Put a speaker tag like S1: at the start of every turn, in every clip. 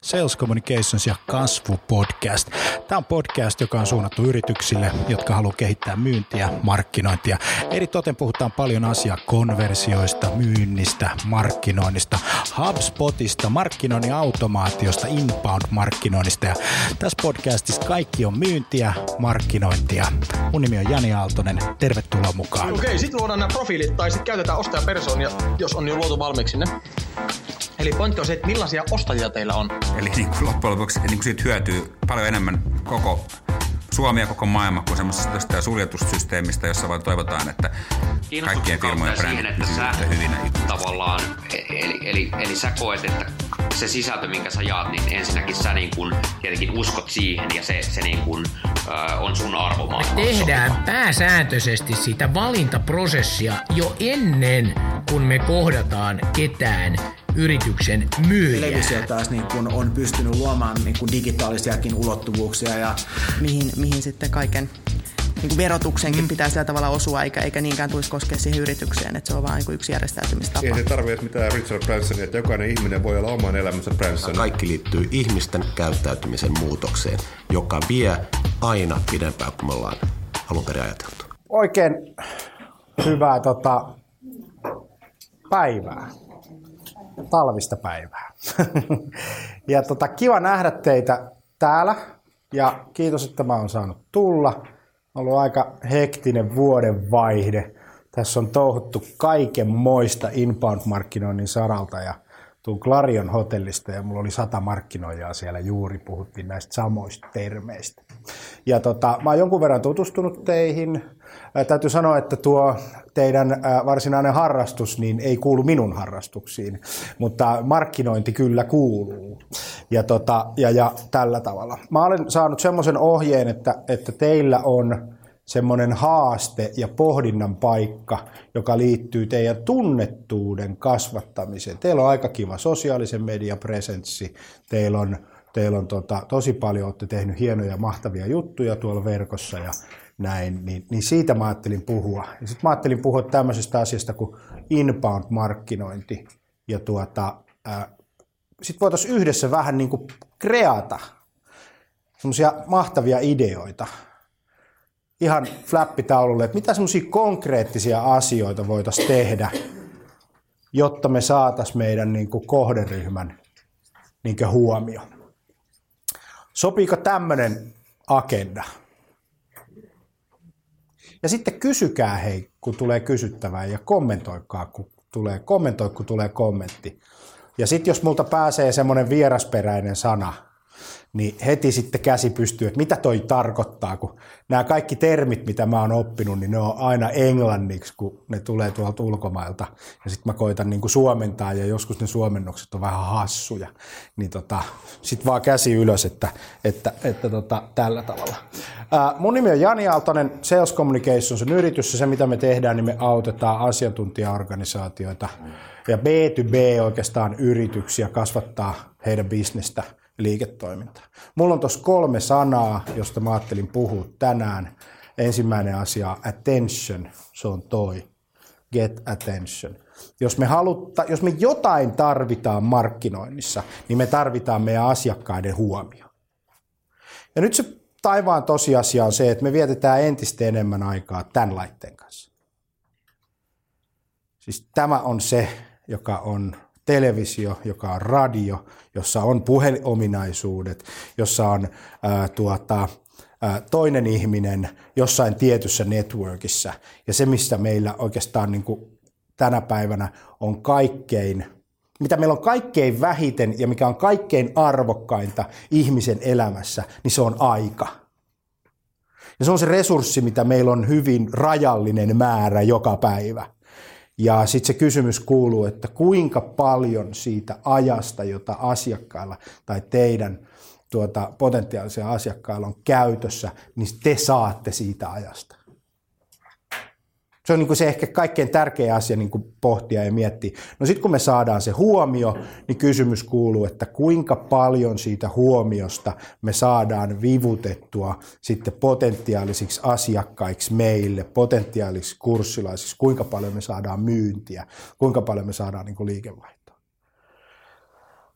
S1: Sales Communications ja kasvupodcast. Tämä on podcast, joka on suunnattu yrityksille, jotka haluaa kehittää myyntiä, markkinointia. Eritoten puhutaan paljon konversioista, myynnistä, markkinoinnista, HubSpotista, markkinoinnin automaatiosta, inbound-markkinoinnista. Ja tässä podcastissa kaikki on myyntiä, markkinointia. Mun nimi on Jani Aaltonen. Tervetuloa mukaan.
S2: Okei, sitten luodaan nämä profiilit tai sitten käytetään ostajapersoonia, jos on jo luotu valmiiksi ne. Eli pointti on se, että millaisia ostajia teillä on.
S3: Eli niin kuin loppujen lopuksi niin kuin siitä hyötyy paljon enemmän koko Suomi ja koko maailma kuin semmoisesta suljetussysteemistä, jossa vaan toivotaan, että kaikkien firmojen brändit pysyvät hyvinä.
S4: Tavallaan, eli sä koet, että se sisältö, minkä sä jaat, niin ensinnäkin sä niin kun tietenkin uskot siihen ja se niin kun, on sun arvomaailma.
S5: Me tehdään pääsääntöisesti sitä valintaprosessia jo ennen kuin me kohdataan ketään yrityksen myyjää.
S6: Televisio taas niin kun on pystynyt luomaan niin kun digitaalisiakin ulottuvuuksia. Ja
S7: mihin sitten kaiken niin verotuksenkin pitää sillä tavalla osua, eikä niinkään tulisi koskea siihen yritykseen, että se on vain yksi järjestäytymistapa.
S8: Ei se tarvitse mitään Richard Bransonia, että jokainen ihminen voi olla oman elämänsä Branson.
S9: Kaikki liittyy ihmisten käyttäytymisen muutokseen, joka vie aina pidempään kuin me ollaan alun perin ajateltu.
S10: Oikein hyvää päivää. Talvista päivää. Ja kiva nähdä teitä täällä ja kiitos, että mä oon saanut tulla. On ollut aika hektinen vuodenvaihde. Tässä on touhuttu kaikenmoista inbound-markkinoinnin saralta ja tuun Clarion hotellista ja mulla oli 100 markkinoijaa siellä juuri, puhuttiin näistä samoista termeistä. Ja mä oon jonkun verran tutustunut teihin. Täytyy sanoa, että tuo teidän varsinainen harrastus niin ei kuulu minun harrastuksiin, mutta markkinointi kyllä kuuluu. Ja tällä tavalla. Mä olen saanut semmoisen ohjeen, että teillä on semmoinen haaste ja pohdinnan paikka, joka liittyy teidän tunnettuuden kasvattamiseen. Teillä on aika kiva sosiaalisen median presenssi, teillä on tosi paljon, olette tehnyt hienoja mahtavia juttuja tuolla verkossa ja näin, niin siitä mä ajattelin puhua. Ja sitten mä ajattelin puhua tämmöisestä asiasta kuin inbound-markkinointi. Ja sitten voitaisiin yhdessä vähän niin kuin kreata semmoisia mahtavia ideoita. Ihan flappitaululle, että mitä semmoisia konkreettisia asioita voitaisiin tehdä, jotta me saataisiin meidän niin kuin kohderyhmän niin kuin huomio. Sopiiko tämmöinen agenda? Ja sitten kysykää hei, kun tulee kysyttävää ja kommentoi, kun tulee kommentti. Ja sitten jos multa pääsee semmoinen vierasperäinen sana, niin heti sitten käsi pystyy, että mitä toi tarkoittaa, kun nämä kaikki termit, mitä mä oon oppinut, niin ne on aina englanniksi, kun ne tulee tuolta ulkomailta. Ja sitten mä koitan niin kuin suomentaa ja joskus ne suomennokset on vähän hassuja. Niin sitten vaan käsi ylös, että tällä tavalla. Mun nimi on Jani Aaltonen, Sales Communications on yritys ja se mitä me tehdään, niin me autetaan asiantuntijaorganisaatioita ja B2B oikeastaan yrityksiä kasvattaa heidän bisnestä. Liiketoimintaa. Mulla on tuossa 3 sanaa, josta mä ajattelin puhua tänään. Ensimmäinen asia, attention, se on toi. Get attention. Jos me jotain tarvitaan markkinoinnissa, niin me tarvitaan meidän asiakkaiden huomio. Ja nyt se taivaan tosiasia on se, että me vietetään entistä enemmän aikaa tämän laitteen kanssa. Siis tämä on se, joka on televisio, joka on radio, jossa on puheominaisuudet, jossa on toinen ihminen jossain tietyssä networkissa. Ja se, missä meillä oikeastaan niin kuin tänä päivänä on mitä meillä on kaikkein vähiten ja mikä on kaikkein arvokkainta ihmisen elämässä, niin se on aika. Ja se on se resurssi, mitä meillä on hyvin rajallinen määrä joka päivä. Ja sitten se kysymys kuuluu, että kuinka paljon siitä ajasta, jota asiakkailla tai teidän potentiaalisilla asiakkailla on käytössä, niin te saatte siitä ajasta. Se on niin kuin se ehkä kaikkein tärkein asia niin kuin pohtia ja miettiä. No sitten kun me saadaan se huomio, niin kysymys kuuluu, että kuinka paljon siitä huomiosta me saadaan vivutettua sitten potentiaalisiksi asiakkaiksi meille, potentiaalisiksi kurssilaisiksi, kuinka paljon me saadaan myyntiä, kuinka paljon me saadaan niin kuin liikevaihtoa.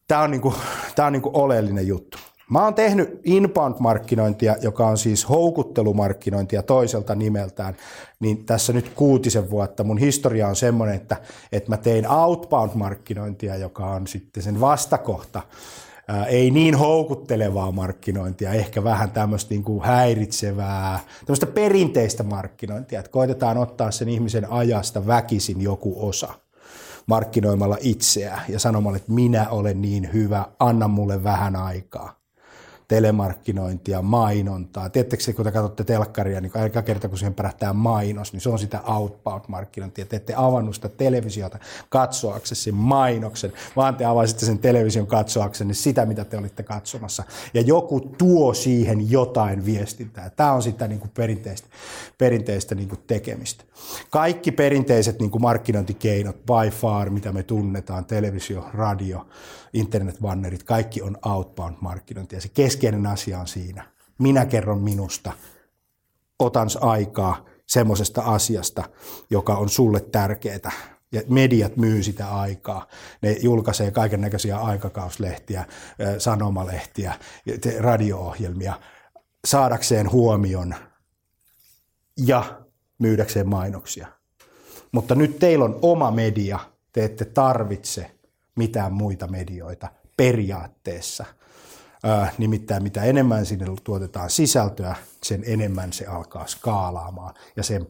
S10: Tämä on niinku oleellinen juttu. Mä oon tehnyt inbound-markkinointia, joka on siis houkuttelumarkkinointia toiselta nimeltään, niin tässä nyt 6 vuotta. Mun historia on semmoinen, että mä tein outbound-markkinointia, joka on sitten sen vastakohta. Ei niin houkuttelevaa markkinointia, ehkä vähän tämmöistä niin kuin häiritsevää, tämmöistä perinteistä markkinointia, että koitetaan ottaa sen ihmisen ajasta väkisin joku osa markkinoimalla itseä ja sanomalla, että minä olen niin hyvä, anna mulle vähän aikaa. Telemarkkinointia, mainontaa. Tiedättekö, kun te katsotte telkkaria, niin aika kerta, kun siihen pärähtää mainos, niin se on sitä outbound-markkinointia. Te ette avannut sitä televisiota katsoaksenne sen mainoksen, vaan te avaisitte sen television katsoaksenne sitä, mitä te olitte katsomassa. Ja joku tuo siihen jotain viestintää. Tämä on sitä niin kuin perinteistä niin kuin tekemistä. Kaikki perinteiset niin kuin markkinointikeinot, by far, mitä me tunnetaan, televisio, radio, internetbannerit, kaikki on outbound-markkinointia. Se keskeinen asia on siinä. Minä kerron minusta, otan aikaa semmoisesta asiasta, joka on sulle tärkeää. Ja mediat myy sitä aikaa. Ne julkaisee kaiken näköisiä aikakauslehtiä, sanomalehtiä, radio-ohjelmia saadakseen huomion ja myydäkseen mainoksia. Mutta nyt teillä on oma media, te ette tarvitse mitään muita medioita periaatteessa. Nimittäin mitä enemmän sinne tuotetaan sisältöä, sen enemmän se alkaa skaalaamaan ja sen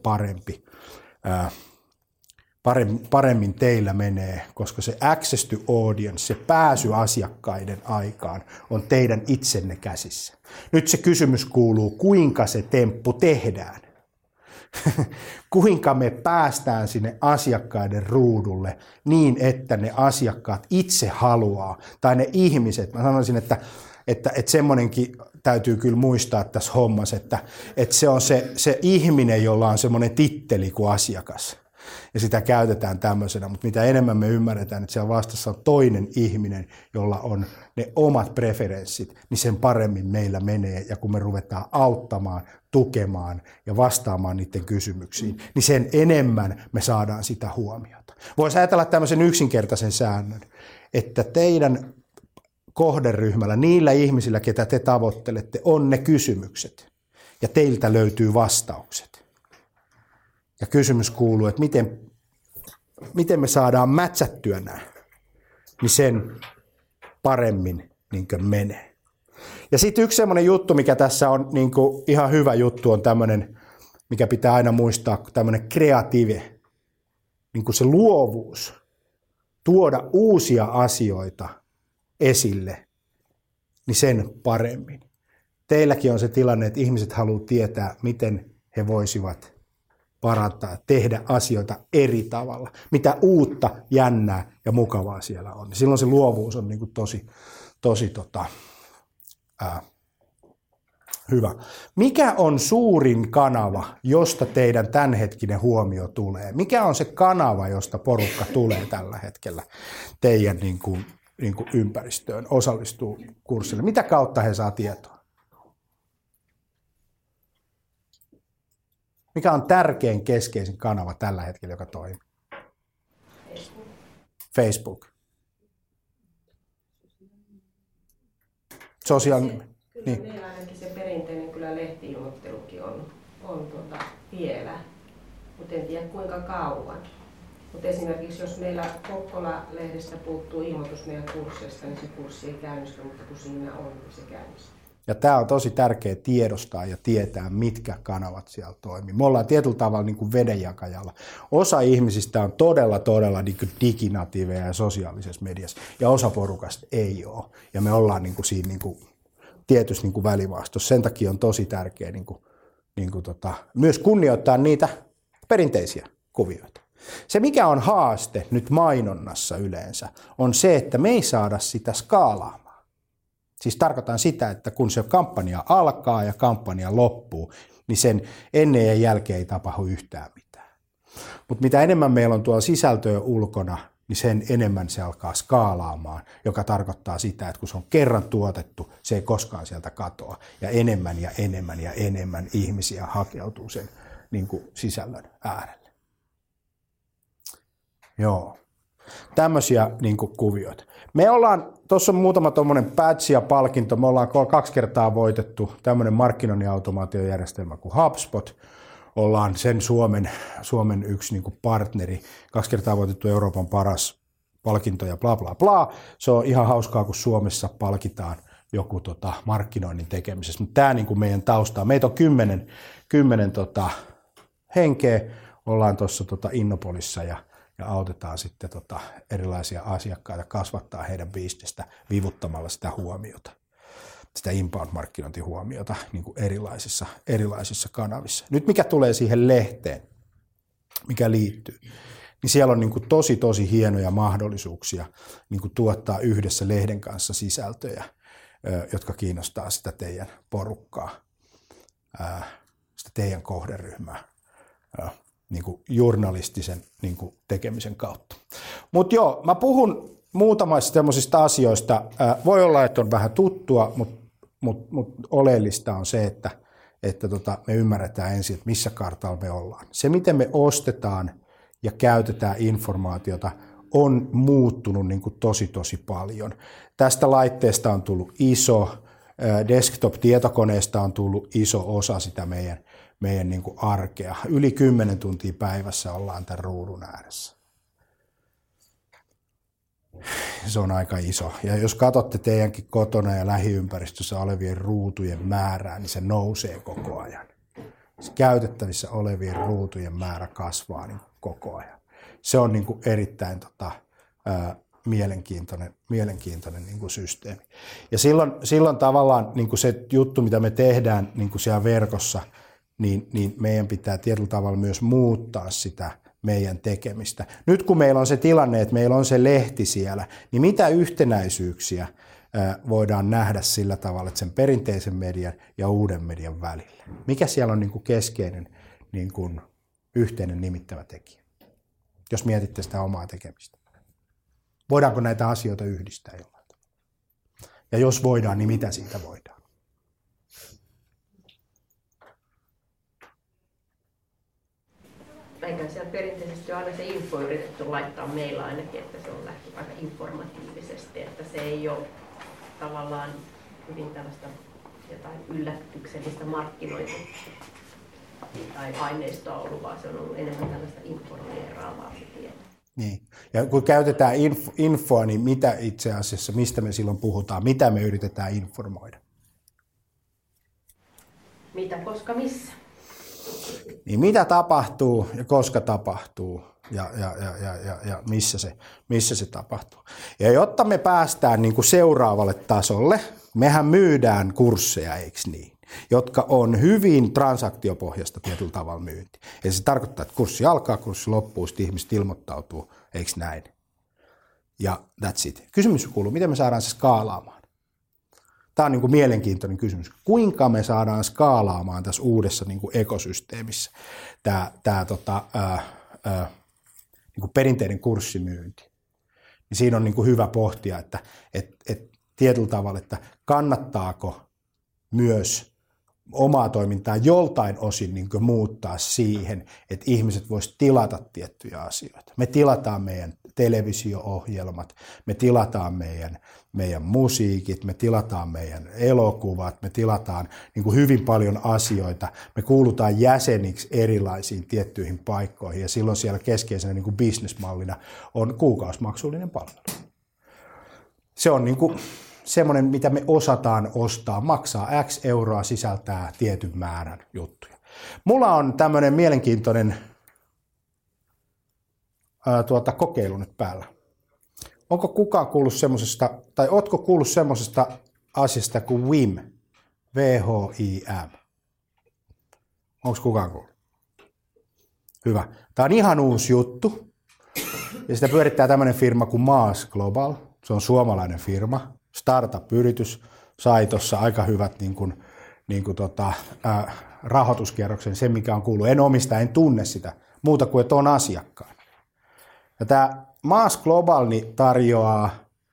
S10: paremmin teillä menee, koska se access to audience, se pääsy asiakkaiden aikaan on teidän itsenne käsissä. Nyt se kysymys kuuluu, kuinka se temppu tehdään. Kuinka me päästään sinne asiakkaiden ruudulle niin, että ne asiakkaat itse haluaa, tai ne ihmiset, mä sanoisin, että semmoinenkin täytyy kyllä muistaa tässä hommassa, että se on se ihminen, jolla on semmoinen titteli kuin asiakas. Ja sitä käytetään tämmöisenä, mutta mitä enemmän me ymmärretään, että siellä vastassa on toinen ihminen, jolla on ne omat preferenssit, niin sen paremmin meillä menee. Ja kun me ruvetaan auttamaan, tukemaan ja vastaamaan niiden kysymyksiin, niin sen enemmän me saadaan sitä huomiota. Voisi ajatella tämmöisen yksinkertaisen säännön, että teidän kohderyhmällä, niillä ihmisillä, ketä te tavoittelette, on ne kysymykset ja teiltä löytyy vastaukset. Ja kysymys kuuluu, että miten me saadaan mätsättyä nämä, niin sen paremmin niin kuin menee. Ja sitten yksi semmoinen juttu, mikä tässä on niin kuin ihan hyvä juttu, on tämmöinen, mikä pitää aina muistaa, tämmöinen kreatiive, niin kuin se luovuus, tuoda uusia asioita esille, niin sen paremmin. Teilläkin on se tilanne, että ihmiset haluaa tietää, miten he voisivat parantaa, tehdä asioita eri tavalla. Mitä uutta, jännää ja mukavaa siellä on. Silloin se luovuus on niin kuin tosi hyvä. Mikä on suurin kanava, josta teidän tämänhetkinen huomio tulee? Mikä on se kanava, josta porukka tulee tällä hetkellä teidän niin kuin ympäristöön, osallistuu kurssille? Mitä kautta he saa tietoa? Mikä on tärkein keskeisin kanava tällä hetkellä, joka toimii? Facebook. Sosiaalinen.
S11: Kyllä niin. Meillä ainakin se perinteinen kyllä lehti-ilmoittelukin on vielä, mutta en tiedä kuinka kauan. Mutta esimerkiksi jos meillä Kokkola-lehdestä puuttuu ilmoitus meidän kursseista, niin se kurssi ei käynnisty, mutta kun siinä on, niin se käynnistyy.
S10: Ja tämä on tosi tärkeä tiedostaa ja tietää, mitkä kanavat siellä toimii. Me ollaan tietyllä tavalla niin kuin vedenjakajalla. Osa ihmisistä on todella niin kuin diginatiiveja ja sosiaalisessa mediassa, ja osa porukasta ei ole. Ja me ollaan niin kuin siinä niin kuin tietysti niin kuin välivaastossa. Sen takia on tosi tärkeää myös kunnioittaa niitä perinteisiä kuvioita. Se, mikä on haaste nyt mainonnassa yleensä, on se, että me ei saada sitä skaalaamaan. Siis tarkoitan sitä, että kun se kampanja alkaa ja kampanja loppuu, niin sen ennen ja jälkeen ei tapahdu yhtään mitään. Mutta mitä enemmän meillä on tuolla sisältöä ulkona, niin sen enemmän se alkaa skaalaamaan, joka tarkoittaa sitä, että kun se on kerran tuotettu, se ei koskaan sieltä katoa. Ja enemmän ihmisiä hakeutuu sen niin kuin sisällön äärelle. Joo. Tämmöisiä niin kuin kuvioita. Me ollaan, tuossa on muutama tuommoinen badge ja palkinto, me ollaan 2 kertaa voitettu tämmöinen markkinoinnin automaatiojärjestelmä kuin HubSpot. Ollaan sen Suomen yksi niin kuin partneri, 2 kertaa voitettu Euroopan paras palkinto ja bla bla bla. Se on ihan hauskaa, kun Suomessa palkitaan joku markkinoinnin tekemisessä. Mutta tämä niin kuin meidän taustaa. Meitä on 10 henkeä, ollaan tuossa Innopolissa ja autetaan sitten erilaisia asiakkaita kasvattaa heidän bisnestä vivuttamalla sitä huomiota, sitä inbound-markkinointihuomiota niin kuin erilaisissa kanavissa. Nyt mikä tulee siihen lehteen, mikä liittyy, niin siellä on niin kuin tosi hienoja mahdollisuuksia niin kuin tuottaa yhdessä lehden kanssa sisältöjä, jotka kiinnostaa sitä teidän porukkaa, sitä teidän kohderyhmää. Niin kuin journalistisen niin kuin tekemisen kautta. Mutta joo, mä puhun muutamista semmoisista asioista. Voi olla, että on vähän tuttua, mutta oleellista on se, että me ymmärretään ensin, että missä kartalla me ollaan. Se, miten me ostetaan ja käytetään informaatiota, on muuttunut niin kuin tosi paljon. Tästä laitteesta on tullut iso, desktop-tietokoneesta on tullut iso osa sitä meidän niin kuin arkea. Yli 10 tuntia päivässä ollaan tämän ruudun ääressä. Se on aika iso. Ja jos katsotte teidänkin kotona ja lähiympäristössä olevien ruutujen määrää, niin se nousee koko ajan. Se käytettävissä olevien ruutujen määrä kasvaa niin koko ajan. Se on niin kuin erittäin mielenkiintoinen niin kuin systeemi. Ja silloin tavallaan niin kuin se juttu, mitä me tehdään niin kuin siellä verkossa, niin meidän pitää tietyllä tavalla myös muuttaa sitä meidän tekemistä. Nyt kun meillä on se tilanne, että meillä on se lehti siellä, niin mitä yhtenäisyyksiä voidaan nähdä sillä tavalla, että sen perinteisen median ja uuden median välillä? Mikä siellä on niin kuin keskeinen niin kuin yhteinen nimittävä tekijä, jos mietitte sitä omaa tekemistä? Voidaanko näitä asioita yhdistää jollain tavalla? Ja jos voidaan, niin mitä siitä voidaan?
S11: Eikä siellä perinteisesti ole aina se info yritetty laittaa meillä ainakin, että se on lähty aika informatiivisesti, että se ei ole tavallaan hyvin tällaista jotain yllätyksellistä markkinointia tai aineistoa ollut, vaan se on ollut enemmän tällaista informeeraavaa se tieto.
S10: Niin. Ja kun käytetään infoa, niin mitä itse asiassa, mistä me silloin puhutaan, mitä me yritetään informoida?
S11: Mitä, koska, missä?
S10: Niin mitä tapahtuu ja koska tapahtuu ja missä se tapahtuu. Ja jotta me päästään niin kuin seuraavalle tasolle, mehän myydään kursseja, eikö niin? Jotka on hyvin transaktiopohjasta tietyllä tavalla myynti. Eli se tarkoittaa, että kurssi alkaa, kurssi loppuu, sitten ihmiset ilmoittautuu, eikö näin? Ja that's it. Kysymys kuuluu, miten me saadaan se skaalaamaan? Tämä on niin kuin mielenkiintoinen kysymys. Kuinka me saadaan skaalaamaan tässä uudessa niin kuin ekosysteemissä tämä niin kuin perinteinen kurssimyynti? Niin siinä on niin kuin hyvä pohtia, että tietyllä tavalla, että kannattaako myös omaa toimintaa joltain osin niin kuin muuttaa siihen, että ihmiset voisivat tilata tiettyjä asioita. Me tilataan meidän televisio-ohjelmat, me tilataan meidän musiikit, me tilataan meidän elokuvat, me tilataan niin kuin hyvin paljon asioita, me kuulutaan jäseniksi erilaisiin tiettyihin paikkoihin ja silloin siellä keskeisenä niin kuin bisnesmallina on kuukausimaksullinen palvelu. Se on niin kuin semmoinen, mitä me osataan ostaa, maksaa X euroa, sisältää tietyn määrän juttuja. Mulla on tämmöinen mielenkiintoinen kokeilu nyt päällä. Onko kukaan kuullut semmoisesta, tai ootko kuullut semmoisesta asiasta kuin WIM? V-H-I-M. Onko kukaan kuullut? Hyvä. Tämä on ihan uusi juttu. Ja sitä pyörittää tämmöinen firma kuin Maas Global. Se on suomalainen firma. Startup-yritys sai tuossa aika hyvät rahoituskierroksen, sen mikä on kuullut. En omista, en tunne sitä muuta kuin, että on asiakkaan. Ja tämä Maas Global tarjoaa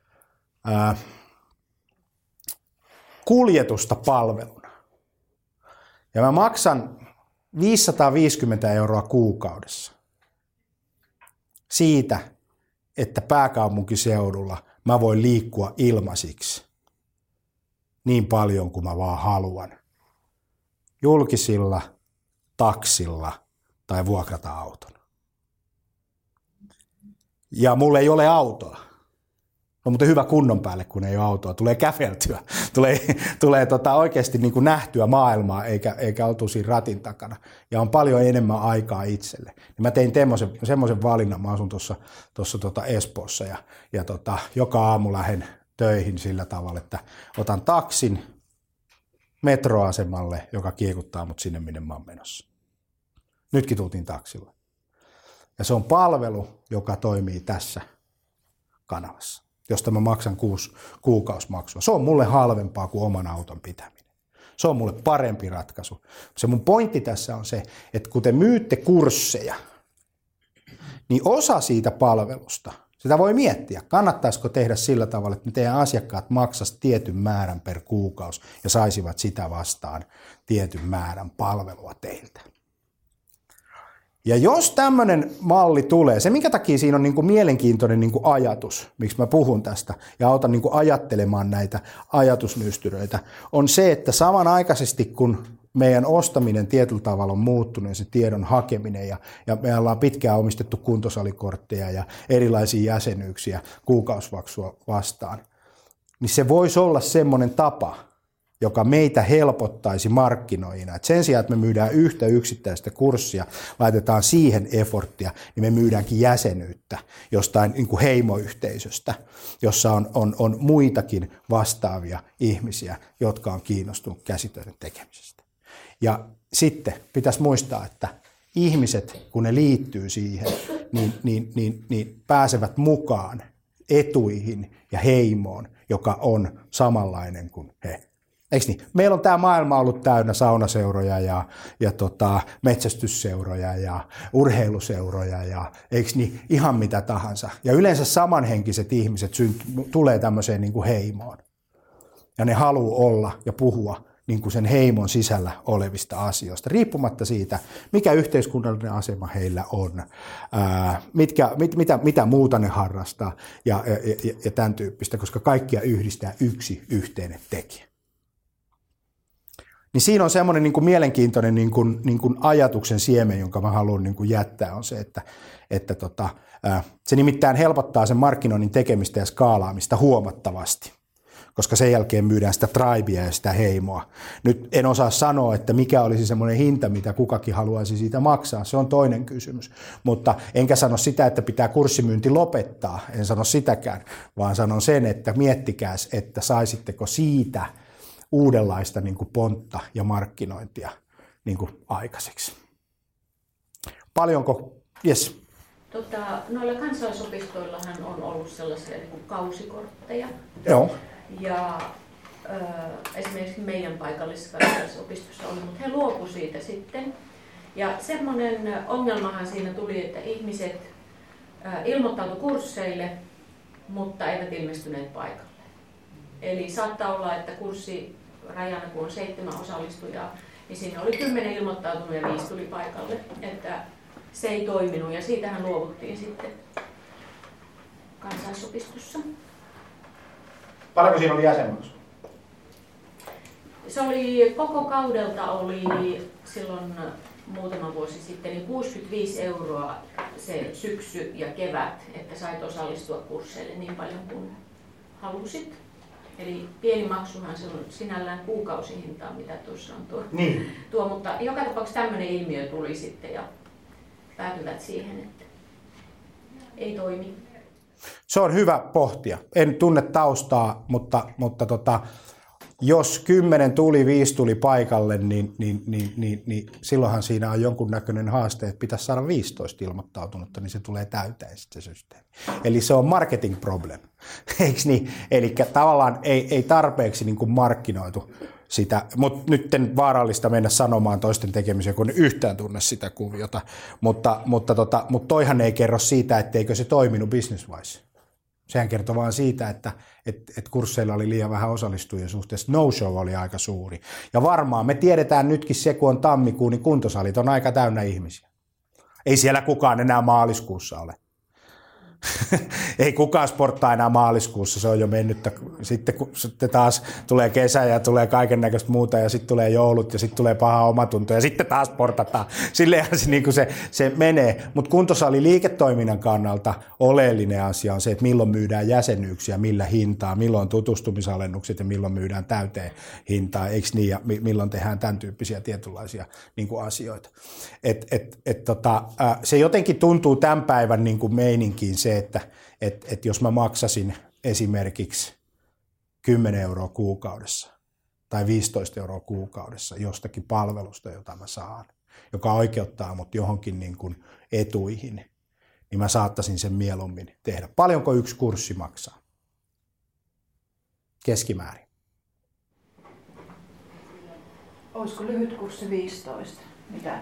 S10: kuljetusta palveluna. Ja mä maksan 550 € kuukaudessa siitä, että pääkaupunkiseudulla mä voin liikkua ilmaisiksi niin paljon kuin mä vaan haluan. Julkisilla, taksilla tai vuokrata auton. Ja mulla ei ole autoa. No mutta hyvä kunnon päälle, kun ei ole autoa. Tulee käveltyä. Tulee oikeasti niin kuin nähtyä maailmaa, eikä oltu siinä ratin takana. Ja on paljon enemmän aikaa itselle. Ja mä tein semmoisen valinnan. Mä asun tuossa Espoossa ja joka aamu lähden töihin sillä tavalla, että otan taksin metroasemalle, joka kiekuttaa mut sinne, minne mä oon menossa. Nytkin tultiin taksilla. Ja se on palvelu, joka toimii tässä kanavassa, josta mä maksan kuukausimaksua. Se on mulle halvempaa kuin oman auton pitäminen. Se on mulle parempi ratkaisu. Se mun pointti tässä on se, että kun te myytte kursseja, niin osa siitä palvelusta, sitä voi miettiä, kannattaisiko tehdä sillä tavalla, että teidän asiakkaat maksaisivat tietyn määrän per kuukausi ja saisivat sitä vastaan tietyn määrän palvelua teiltä. Ja jos tämmöinen malli tulee, se minkä takia siinä on niin kuin mielenkiintoinen niin kuin ajatus, miksi mä puhun tästä ja autan niin kuin ajattelemaan näitä ajatusnystyröitä, on se, että samanaikaisesti kun meidän ostaminen tietyllä tavalla on muuttunut ja se tiedon hakeminen ja me ollaan pitkään omistettu kuntosalikortteja ja erilaisia jäsenyyksiä kuukausimaksua vastaan, niin se voisi olla semmoinen tapa, joka meitä helpottaisi markkinoina. Et sen sijaan, että me myydään yhtä yksittäistä kurssia, laitetaan siihen efforttia, niin me myydäänkin jäsenyyttä jostain niin kuin heimoyhteisöstä, jossa on muitakin vastaavia ihmisiä, jotka on kiinnostunut käsitöiden tekemisestä. Ja sitten pitäisi muistaa, että ihmiset, kun ne liittyy siihen, niin pääsevät mukaan etuihin ja heimoon, joka on samanlainen kuin he. Eikö niin? Meillä on tämä maailma ollut täynnä saunaseuroja ja metsästysseuroja ja urheiluseuroja ja eikö niin, ihan mitä tahansa. Ja yleensä samanhenkiset ihmiset tulee tämmöiseen niin kuin heimoon. Ja ne haluaa olla ja puhua niin kuin sen heimon sisällä olevista asioista, riippumatta siitä, mikä yhteiskunnallinen asema heillä on, mitä muuta ne harrastaa ja tämän tyyppistä, koska kaikkia yhdistää yksi yhteinen tekijä. Niin siinä on semmoinen niin kuin mielenkiintoinen niin kuin ajatuksen siemen, jonka mä haluan niin kuin jättää, on se, että se nimittäin helpottaa sen markkinoinnin tekemistä ja skaalaamista huomattavasti, koska sen jälkeen myydään sitä tribea ja sitä heimoa. Nyt en osaa sanoa, että mikä olisi semmoinen hinta, mitä kukakin haluaisi siitä maksaa. Se on toinen kysymys. Mutta enkä sano sitä, että pitää kurssimyynti lopettaa. En sano sitäkään, vaan sanon sen, että miettikääs, että saisitteko siitä uudenlaista niin kuin pontta ja markkinointia niin kuin aikaiseksi. Paljonko? Yes.
S12: Noilla kansalaisopistoillahan on ollut sellaisia niin kuin kausikortteja.
S10: Joo.
S12: Ja esimerkiksi meidän paikallisessa kansalaisopistossa oli, mutta he luopu siitä sitten. Ja semmoinen ongelmahan siinä tuli, että ihmiset ilmoittautuivat kursseille, mutta eivät ilmestyneet paikalle. Eli saattaa olla, että kurssirajana, kun on 7 osallistujaa, niin siinä oli 10 ilmoittautunut ja 5 tuli paikalle. Että se ei toiminut ja siitähän luovuttiin sitten kansalaisopistossa.
S10: Paljonko siinä oli jäsenmaksua?
S12: Se oli, koko kaudelta oli silloin muutama vuosi sitten niin 65 € se syksy ja kevät, että sait osallistua kursseille niin paljon kuin halusit. Eli pieni maksuhan se on sinällään kuukausihintaa, mitä tuossa on tuo, mutta joka tapauksessa tämmöinen ilmiö tuli sitten ja päätyvät siihen, että ei toimi.
S10: Se on hyvä pohtia. En tunne taustaa, mutta jos 10 tuli, 5 tuli paikalle, niin silloinhan siinä on jonkunnäköinen haaste, että pitäisi saada 15 ilmoittautunutta, niin se tulee täyteen sitten se systeemi. Eli se on marketing problem, eikö niin? Eli tavallaan ei tarpeeksi niin kuin markkinoitu sitä, mutta nyt en vaarallista mennä sanomaan toisten tekemisiä, kun en yhtään tunne sitä kuviota, mutta toihan ei kerro siitä, etteikö se toiminut business-wise. Sehän kertoo vaan siitä, että kursseilla oli liian vähän osallistujia suhteessa. No-show oli aika suuri. Ja varmaan me tiedetään nytkin se, kun on tammikuun, niin kuntosalit on aika täynnä ihmisiä. Ei siellä kukaan enää maaliskuussa ole. Ei kukaan sporttaa enää maaliskuussa, se on jo mennyt. Sitten kun sitten taas tulee kesä ja tulee kaiken näköistä muuta ja sitten tulee joulut ja sitten tulee paha omatunto ja sitten taas sportataan. Silleenhän se, niin se menee. Mutta kuntosali liiketoiminnan kannalta oleellinen asia on se, että milloin myydään jäsenyyksiä, millä hintaa, milloin tutustumisalennukset ja milloin myydään täyteen hintaa, eikö niin, ja milloin tehdään tämän tyyppisiä tietynlaisia niin kuin asioita. Se jotenkin tuntuu tämän päivän niin kuin meininkiin se, että jos mä maksasin esimerkiksi 10 € kuukaudessa tai 15 € kuukaudessa jostakin palvelusta, jota mä saan, joka oikeuttaa mut johonkin niin kuin etuihin, niin mä saattaisin sen mieluummin tehdä. Paljonko yksi kurssi maksaa? Keskimäärin.
S13: Olisiko lyhyt kurssi 15? Mitä?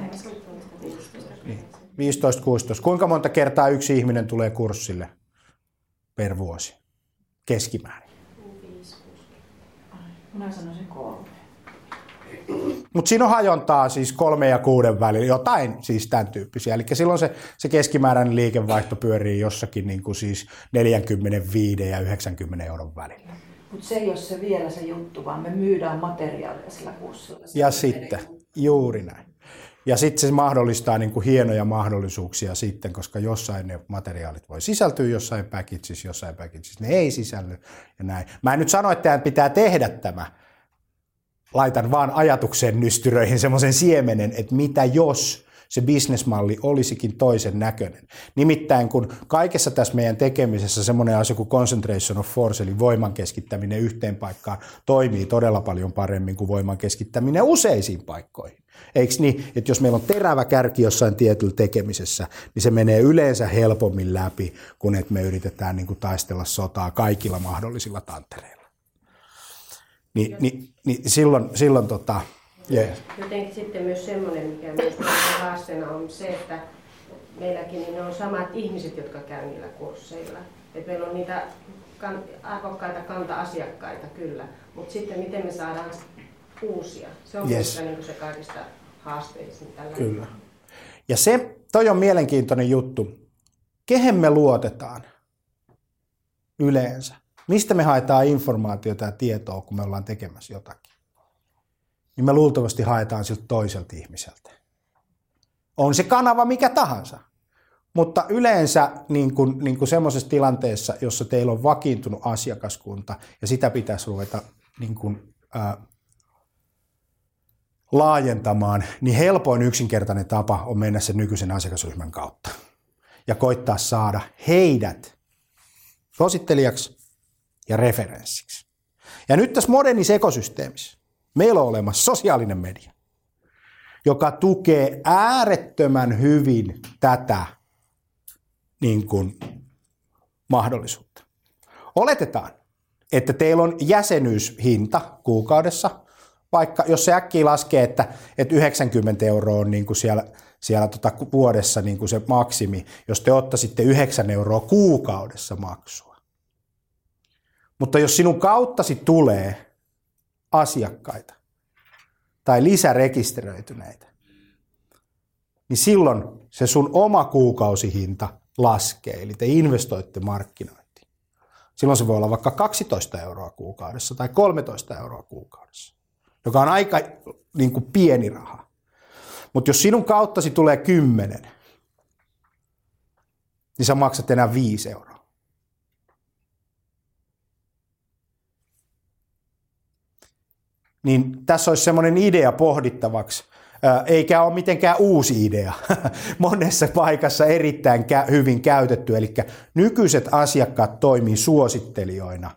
S10: 15-16. Kuinka monta kertaa yksi ihminen tulee kurssille per vuosi? Keskimäärin.
S13: 5-6. Minä sanoisin 3.
S10: Mutta siinä on hajontaa siis 3 ja 6 välillä, jotain siis tämän tyyppisiä. Eli silloin se keskimääräinen liikevaihto pyörii jossakin niin kuin siis 45 ja 90 € välillä.
S13: Mutta se ei ole se vielä se juttu, vaan me myydään materiaalia sillä kurssilla.
S10: Ja sitten, juuri näin. Ja sitten se mahdollistaa niin kuin hienoja mahdollisuuksia sitten, koska jossain ne materiaalit voi sisältyä, jossain packageissa ne ei sisälly ja näin. Mä en nyt sano, että teidän pitää tehdä tämä. Laitan vaan ajatuksen nystyröihin semmoisen siemenen, että mitä jos se bisnesmalli olisikin toisen näköinen. Nimittäin kun kaikessa tässä meidän tekemisessä semmoinen asia kuin concentration of force, eli voiman keskittäminen yhteen paikkaan, toimii todella paljon paremmin kuin voiman keskittäminen useisiin paikkoihin. Eikö niin, että jos meillä on terävä kärki jossain tietyllä tekemisessä, niin se menee yleensä helpommin läpi, kun että me yritetään niin kuin taistella sotaa kaikilla mahdollisilla tantereilla. Niin silloin yeah.
S11: Jotenkin sitten myös semmoinen, mikä myös haasteena on se, että meilläkin niin ne on samat ihmiset, jotka käy niillä kursseilla. Et meillä on niitä arvokkaita kanta-asiakkaita kyllä, mutta sitten miten me saadaan uusia. Se on yes. Niin se kaikista haasteisin tällä.
S10: Kyllä. Ja toi on mielenkiintoinen juttu. Kehen me luotetaan yleensä? Mistä me haetaan informaatiota ja tietoa, kun me ollaan tekemässä jotakin? Niin me luultavasti haetaan siltä toiselta ihmiseltä. On se kanava mikä tahansa. Mutta yleensä niin kuin semmoisessa tilanteessa, jossa teillä on vakiintunut asiakaskunta ja sitä pitäisi ruveta niin kuin, laajentamaan, niin helpoin yksinkertainen tapa on mennä sen nykyisen asiakasryhmän kautta ja koittaa saada heidät suosittelijaksi ja referenssiksi. Ja nyt tässä modernissa ekosysteemissä meillä on olemassa sosiaalinen media, joka tukee äärettömän hyvin tätä niin kuin, mahdollisuutta. Oletetaan, että teillä on jäsenyyshinta kuukaudessa, vaikka jos se äkkiä laskee, että 90 € on niin kuin siellä vuodessa niin kuin se maksimi, jos te ottaisitte 9 € kuukaudessa maksua. Mutta jos sinun kauttasi tulee asiakkaita tai lisärekisteröityneitä, niin silloin se sun oma kuukausihinta laskee, eli te investoitte markkinointiin. Silloin se voi olla vaikka 12 € kuukaudessa tai 13 € kuukaudessa, joka on aika niin kuin pieni raha. Mutta jos sinun kauttasi tulee 10, niin sä maksat enää 5 €. Niin tässä olisi semmoinen idea pohdittavaksi, eikä ole mitenkään uusi idea, monessa paikassa erittäin hyvin käytetty, eli nykyiset asiakkaat toimii suosittelijoina,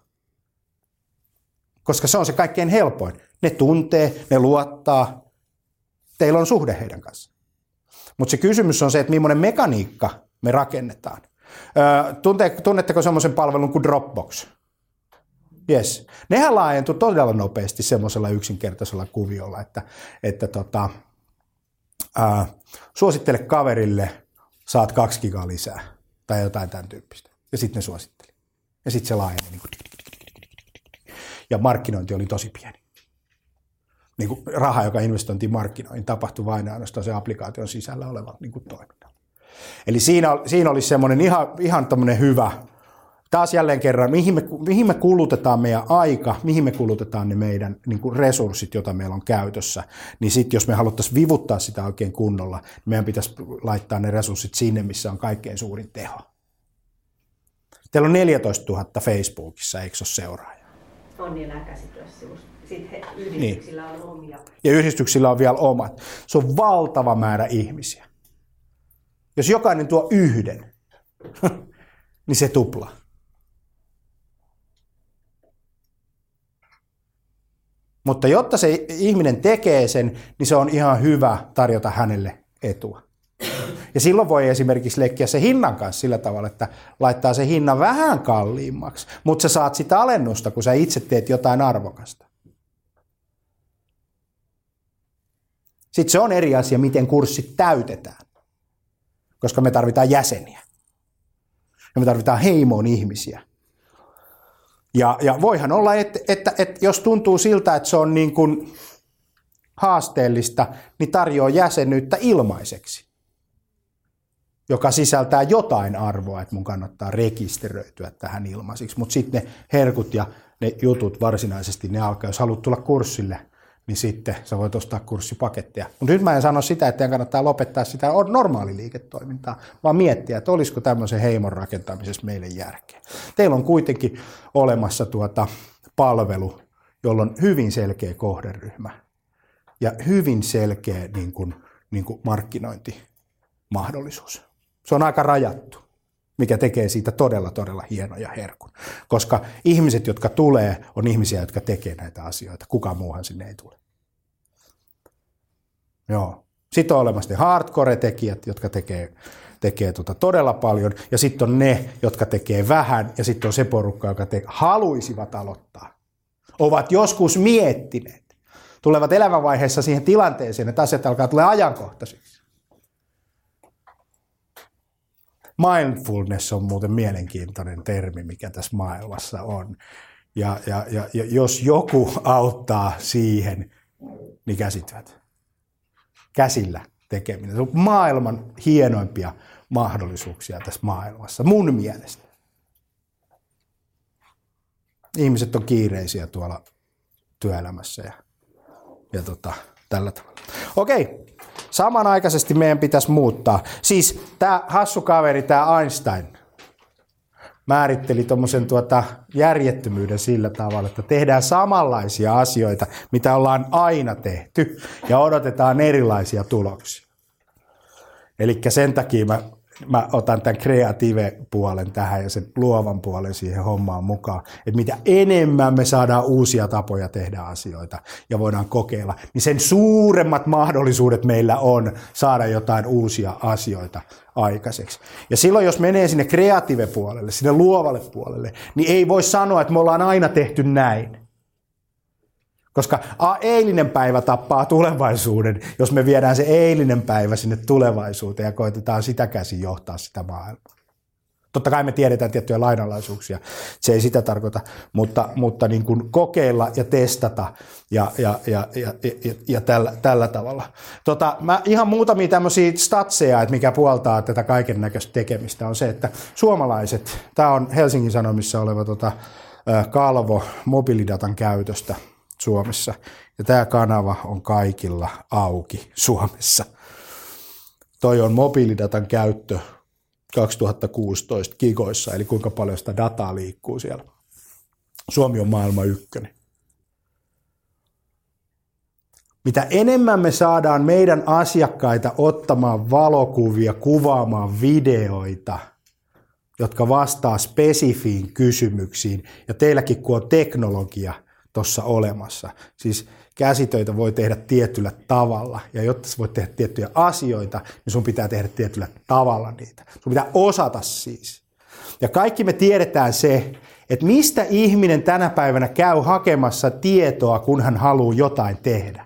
S10: koska se on se kaikkein helpoin. Ne tuntee, ne luottaa, teillä on suhde heidän kanssaan. Mutta se kysymys on se, että millainen mekaniikka me rakennetaan. Tunnetteko semmoisen palvelun kuin Dropbox? Yes. Nehän laajentui todella nopeasti semmoisella yksinkertaisella kuviolla, että suosittele kaverille, saat 2 gigaa lisää tai jotain tämän tyyppistä. Ja sitten ne suositteli. Ja sitten se laajeni. Niin kuin, ja markkinointi oli tosi pieni. Niin kuin raha, joka investointiin markkinoihin, tapahtui vain ainoastaan se applikaation sisällä oleva niin kuin toiminta. Eli siinä olisi semmoinen ihan tämmöinen hyvä, taas jälleen kerran, mihin me kulutetaan meidän aika, mihin me kulutetaan ne meidän niin kuin resurssit, joita meillä on käytössä, niin sitten jos me haluttaisiin vivuttaa sitä oikein kunnolla, niin meidän pitäisi laittaa ne resurssit sinne, missä on kaikkein suurin teho. Teillä on 14 000 Facebookissa, eikö ole seuraajaa?
S11: On niin nämä käsityössivusta. Sitten yhdistyksillä on omia.
S10: Ja yhdistyksillä on vielä omat. Se on valtava määrä ihmisiä. Jos jokainen tuo yhden, niin se tuplaa. Mutta jotta se ihminen tekee sen, niin se on ihan hyvä tarjota hänelle etua. Ja silloin voi esimerkiksi leikkiä se hinnan kanssa sillä tavalla, että laittaa se hinnan vähän kalliimmaksi, mutta sä saat sitä alennusta, kun sä itse teet jotain arvokasta. Sitten se on eri asia, miten kurssit täytetään, koska me tarvitaan jäseniä. Ja me tarvitaan heimoon ihmisiä. Ja voihan olla, että jos tuntuu siltä, että se on niin kuin haasteellista, niin tarjoaa jäsenyyttä ilmaiseksi, joka sisältää jotain arvoa, että mun kannattaa rekisteröityä tähän ilmaisiksi. Mutta sitten ne herkut ja ne jutut varsinaisesti, ne alkaa, jos haluat tulla kurssille, niin sitten sä voit ostaa kurssipaketteja. Mutta nyt mä en sano sitä, että kannattaa lopettaa sitä normaaliliiketoimintaa, vaan miettiä, että olisiko tämmöisen heimon rakentamisessa meille järkeä. Teillä on kuitenkin olemassa palvelu, jolla on hyvin selkeä kohderyhmä ja hyvin selkeä niin kuin markkinointimahdollisuus. Se on aika rajattu, mikä tekee siitä todella, todella hieno ja herkun. Koska ihmiset, jotka tulee, on ihmisiä, jotka tekee näitä asioita. Kukaan muuhan sinne ei tule. Joo. Sitten on olemassa ne hardcore-tekijät, jotka tekee todella paljon. Ja sitten on ne, jotka tekee vähän. Ja sitten on se porukka, joka haluaisivat aloittaa. Ovat joskus miettineet. Tulevat elämänvaiheessa siihen tilanteeseen, että asiat alkaa tulla ajankohtaisiksi. Mindfulness on muuten mielenkiintoinen termi, mikä tässä maailmassa on. Ja jos joku auttaa siihen, niin käsityöt. Käsillä tekeminen. Se on maailman hienoimpia mahdollisuuksia tässä maailmassa, mun mielestä. Ihmiset on kiireisiä tuolla työelämässä ja tällä tavalla. Okei. Samanaikaisesti meidän pitäisi muuttaa. Siis tämä hassu kaveri, tämä Einstein, määritteli tuommoisen järjettömyyden sillä tavalla, että tehdään samanlaisia asioita, mitä ollaan aina tehty, ja odotetaan erilaisia tuloksia. Eli sen takia mä otan tämän kreative-puolen tähän ja sen luovan puolen siihen hommaan mukaan, että mitä enemmän me saadaan uusia tapoja tehdä asioita ja voidaan kokeilla, niin sen suuremmat mahdollisuudet meillä on saada jotain uusia asioita aikaiseksi. Ja silloin, jos menee sinne kreative-puolelle, sinne luovalle puolelle, niin ei voi sanoa, että me ollaan aina tehty näin. Koska eilinen päivä tappaa tulevaisuuden, jos me viedään se eilinen päivä sinne tulevaisuuteen ja koitetaan sitä käsin johtaa sitä maailmaa. Totta kai me tiedetään tiettyjä lainalaisuuksia, se ei sitä tarkoita, mutta niin kuin kokeilla ja testata ja tällä tavalla. Mä ihan muutamia tämmöisiä statseja, että mikä puoltaa tätä kaiken näköistä tekemistä, on se, että suomalaiset, tämä on Helsingin Sanomissa oleva kalvo mobiilidatan käytöstä Suomessa. Ja tämä kanava on kaikilla auki Suomessa. Toi on mobiilidatan käyttö 2016 gigoissa, eli kuinka paljon sitä dataa liikkuu siellä. Suomi on maailman ykkönen. Mitä enemmän me saadaan meidän asiakkaita ottamaan valokuvia, kuvaamaan videoita, jotka vastaa spesifiin kysymyksiin, ja teilläkin kun on teknologia tuossa olemassa. Siis käsitöitä voi tehdä tietyllä tavalla, ja jotta sä voit tehdä tiettyjä asioita, niin sun pitää tehdä tietyllä tavalla niitä. Sun pitää osata siis. Ja kaikki me tiedetään se, että mistä ihminen tänä päivänä käy hakemassa tietoa, kun hän haluaa jotain tehdä.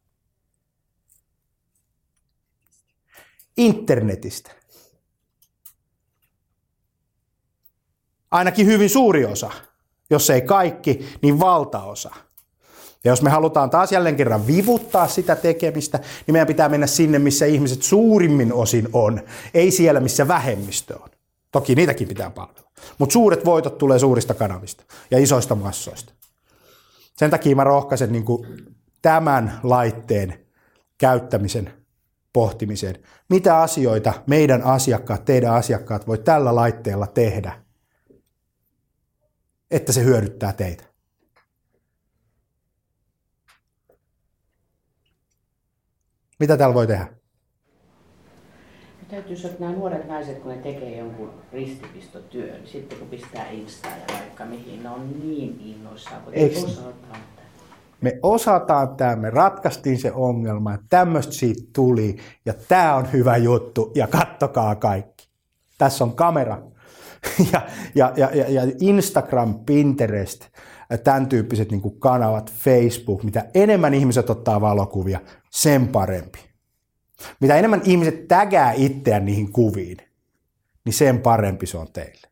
S10: Internetistä. Ainakin hyvin suuri osa. Jos ei kaikki, niin valtaosa. Ja jos me halutaan taas jälleen kerran vivuttaa sitä tekemistä, niin meidän pitää mennä sinne, missä ihmiset suurimmin osin on, ei siellä, missä vähemmistö on. Toki niitäkin pitää palvella. Mutta suuret voitot tulee suurista kanavista ja isoista massoista. Sen takia mä rohkaisen niin kuin tämän laitteen käyttämisen pohtimiseen. Mitä asioita meidän asiakkaat, teidän asiakkaat voi tällä laitteella tehdä, että se hyödyttää teitä. Mitä täällä voi tehdä?
S14: Täytyy sanoa, että nämä nuoret naiset, kun ne tekee jonkun ristipistotyön, niin sitten kun pistää Instaa ja vaikka mihin, ne on niin innoissaan, kun ei osataan tämä.
S10: Me osataan tämä, me ratkaistiin se ongelma, että tämmöistä siitä tuli ja tämä on hyvä juttu ja kattokaa kaikki. Tässä on kamera ja Instagram, Pinterest, tämän tyyppiset niin kuin kanavat, Facebook, mitä enemmän ihmiset ottaa valokuvia, sen parempi. Mitä enemmän ihmiset tägää itseään niihin kuviin, niin sen parempi se on teille.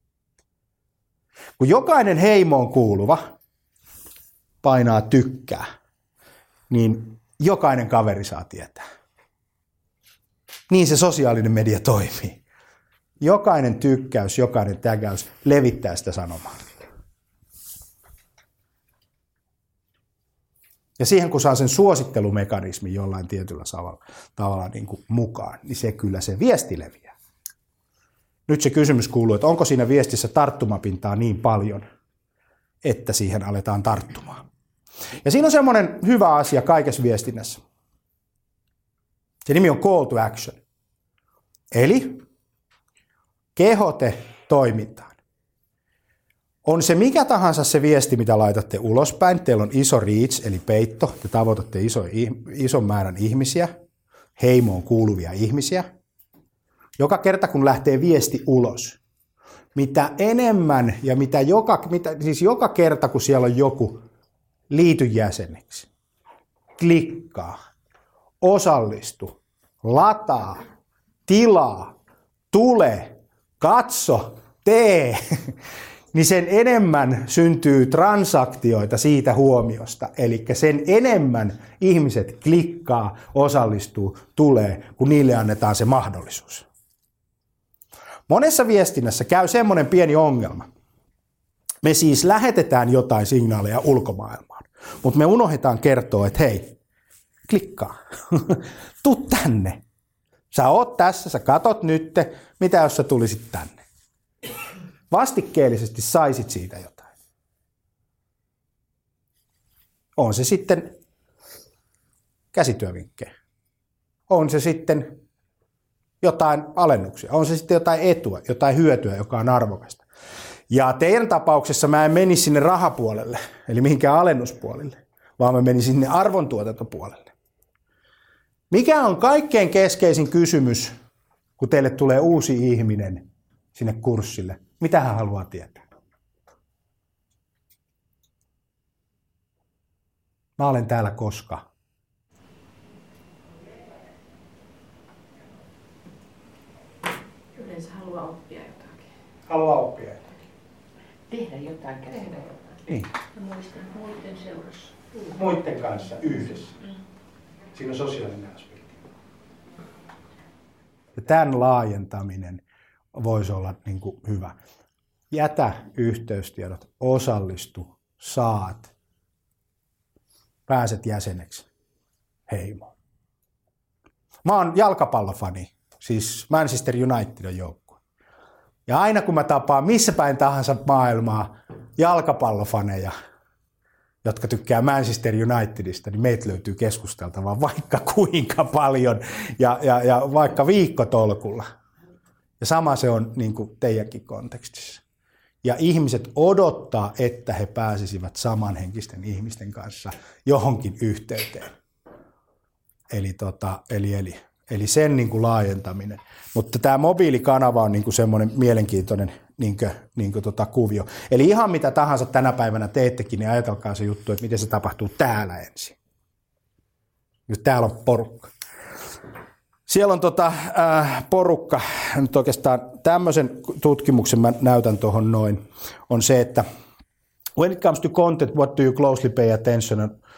S10: Kun jokainen heimoon kuuluva painaa tykkää, niin jokainen kaveri saa tietää. Niin se sosiaalinen media toimii. Jokainen tykkäys, jokainen tägäys levittää sitä sanomaa. Ja siihen kun saa sen suosittelumekanismin jollain tietyllä tavalla niin kuin mukaan, niin se kyllä se viesti leviää. Nyt se kysymys kuuluu, että onko siinä viestissä tarttumapintaa niin paljon, että siihen aletaan tarttumaan. Ja siinä on semmoinen hyvä asia kaikessa viestinnässä. Se nimi on call to action. Eli kehote toimintaan. On se mikä tahansa se viesti, mitä laitatte ulospäin. Teillä on iso reach, eli peitto. Te tavoitatte ison määrän ihmisiä, heimoon kuuluvia ihmisiä. Joka kerta, kun lähtee viesti ulos, mitä enemmän ja siis joka kerta, kun siellä on joku, liity jäseneksi, klikkaa, osallistu, lataa, tilaa, tule, katso, tee, niin sen enemmän syntyy transaktioita siitä huomiosta. Eli sen enemmän ihmiset klikkaa, osallistuu, tulee, kun niille annetaan se mahdollisuus. Monessa viestinnässä käy semmoinen pieni ongelma. Me siis lähetetään jotain signaaleja ulkomaailmaan, mutta me unohdetaan kertoa, että hei, klikkaa, tuu tänne. Sä oot tässä, sä katot nyt, mitä jos sä tulisit tänne. Vastikkeellisesti saisit siitä jotain. On se sitten käsityövinkkejä. On se sitten jotain alennuksia. On se sitten jotain etua, jotain hyötyä, joka on arvokasta. Ja teidän tapauksessa mä en meni sinne rahapuolelle, eli mihinkään alennuspuolelle, vaan mä menin sinne arvontuotantopuolelle. Mikä on kaikkein keskeisin kysymys, kun teille tulee uusi ihminen sinne kurssille? Mitä hän haluaa tietää? Mä olen täällä koska.
S12: Yleensä haluaa oppia jotakin.
S10: Haluaa oppia jotakin.
S14: Tehdä jotain käsillä.
S10: Niin.
S14: Ja muiden seurassa.
S10: Muiden kanssa yhdessä. Siinä on sosiaalinen aspekti. Ja tämän laajentaminen voisi olla niin kuin hyvä. Jätä yhteystiedot, osallistu, saat, pääset jäseneksi heimoon. Mä oon jalkapallofani, siis Manchester Unitedin joukkue. Ja aina kun mä tapaan missä päin tahansa maailmaa jalkapallofaneja, jotka tykkää Manchester Unitedista, niin meitä löytyy keskusteltavaa vaikka kuinka paljon ja vaikka viikkotolkulla. Ja sama se on niin kuin teidänkin kontekstissa. Ja ihmiset odottaa, että he pääsisivät samanhenkisten ihmisten kanssa johonkin yhteyteen. Eli sen niin kuin laajentaminen. Mutta tämä mobiilikanava on niin kuin semmoinen mielenkiintoinen kuvio. Eli ihan mitä tahansa tänä päivänä teettekin, niin ajatelkaa se juttu, että miten se tapahtuu täällä ensin. Nyt täällä on porukka. Siellä on porukka, nyt oikeastaan tämmöisen tutkimuksen mä näytän tuohon noin, on se, että when it comes to content, what do you closely pay attention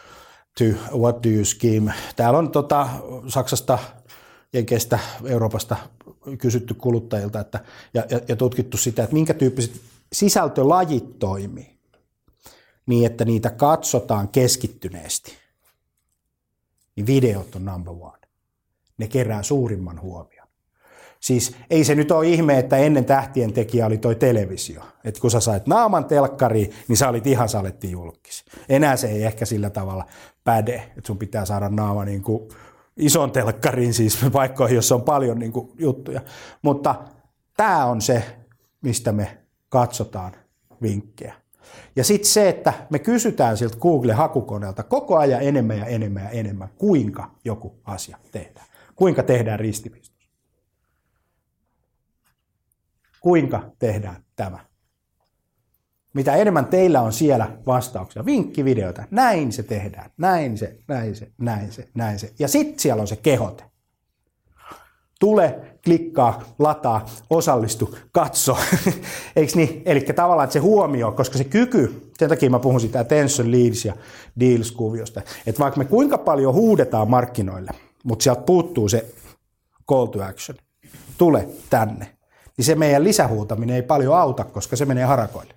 S10: what do you scheme. Täällä on Saksasta, Jenkeistä, Euroopasta kysytty kuluttajilta ja tutkittu sitä, että minkä tyyppiset sisältölajit toimii niin, että niitä katsotaan keskittyneesti. Niin videot on number one. Ne kerää suurimman huomion. Siis ei se nyt ole ihme, että ennen Tähtien tekijä oli toi televisio. Että kun sä sait naaman telkkariin, niin sä olit ihan saletti julkis. Enää se ei ehkä sillä tavalla päde, että sun pitää saada naama niin kuin ison telkkariin, siis paikkoihin, jossa on paljon niin kuin juttuja. Mutta tämä on se, mistä me katsotaan vinkkejä. Ja sitten se, että me kysytään siltä Google-hakukoneelta koko ajan enemmän ja enemmän ja enemmän, kuinka joku asia tehdään. Kuinka tehdään ristipistos. Kuinka tehdään tämä. Mitä enemmän teillä on siellä vastauksia, vinkkivideoita, näin se tehdään, näin se. Ja sitten siellä on se kehote. Tule, klikkaa, lataa, osallistu, katso. Eikö niin? Eli tavallaan että se huomio, koska se kyky, sen takia mä puhun siitä attention leads ja deals-kuviosta, että vaikka me kuinka paljon huudetaan markkinoille, mutta sieltä puuttuu se call to action, tule tänne, niin se meidän lisähuutaminen ei paljon auta, koska se menee harakoille.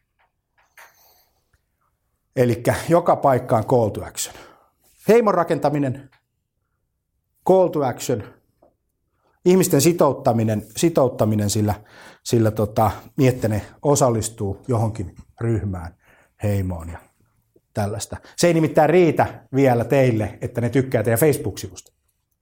S10: Eli joka paikkaan call to action. Heimon rakentaminen, call to action, ihmisten sitouttaminen sillä niin, että ne osallistuu johonkin ryhmään, heimoon ja tällaista. Se ei nimittäin riitä vielä teille, että ne tykkää teidän Facebook-sivusta,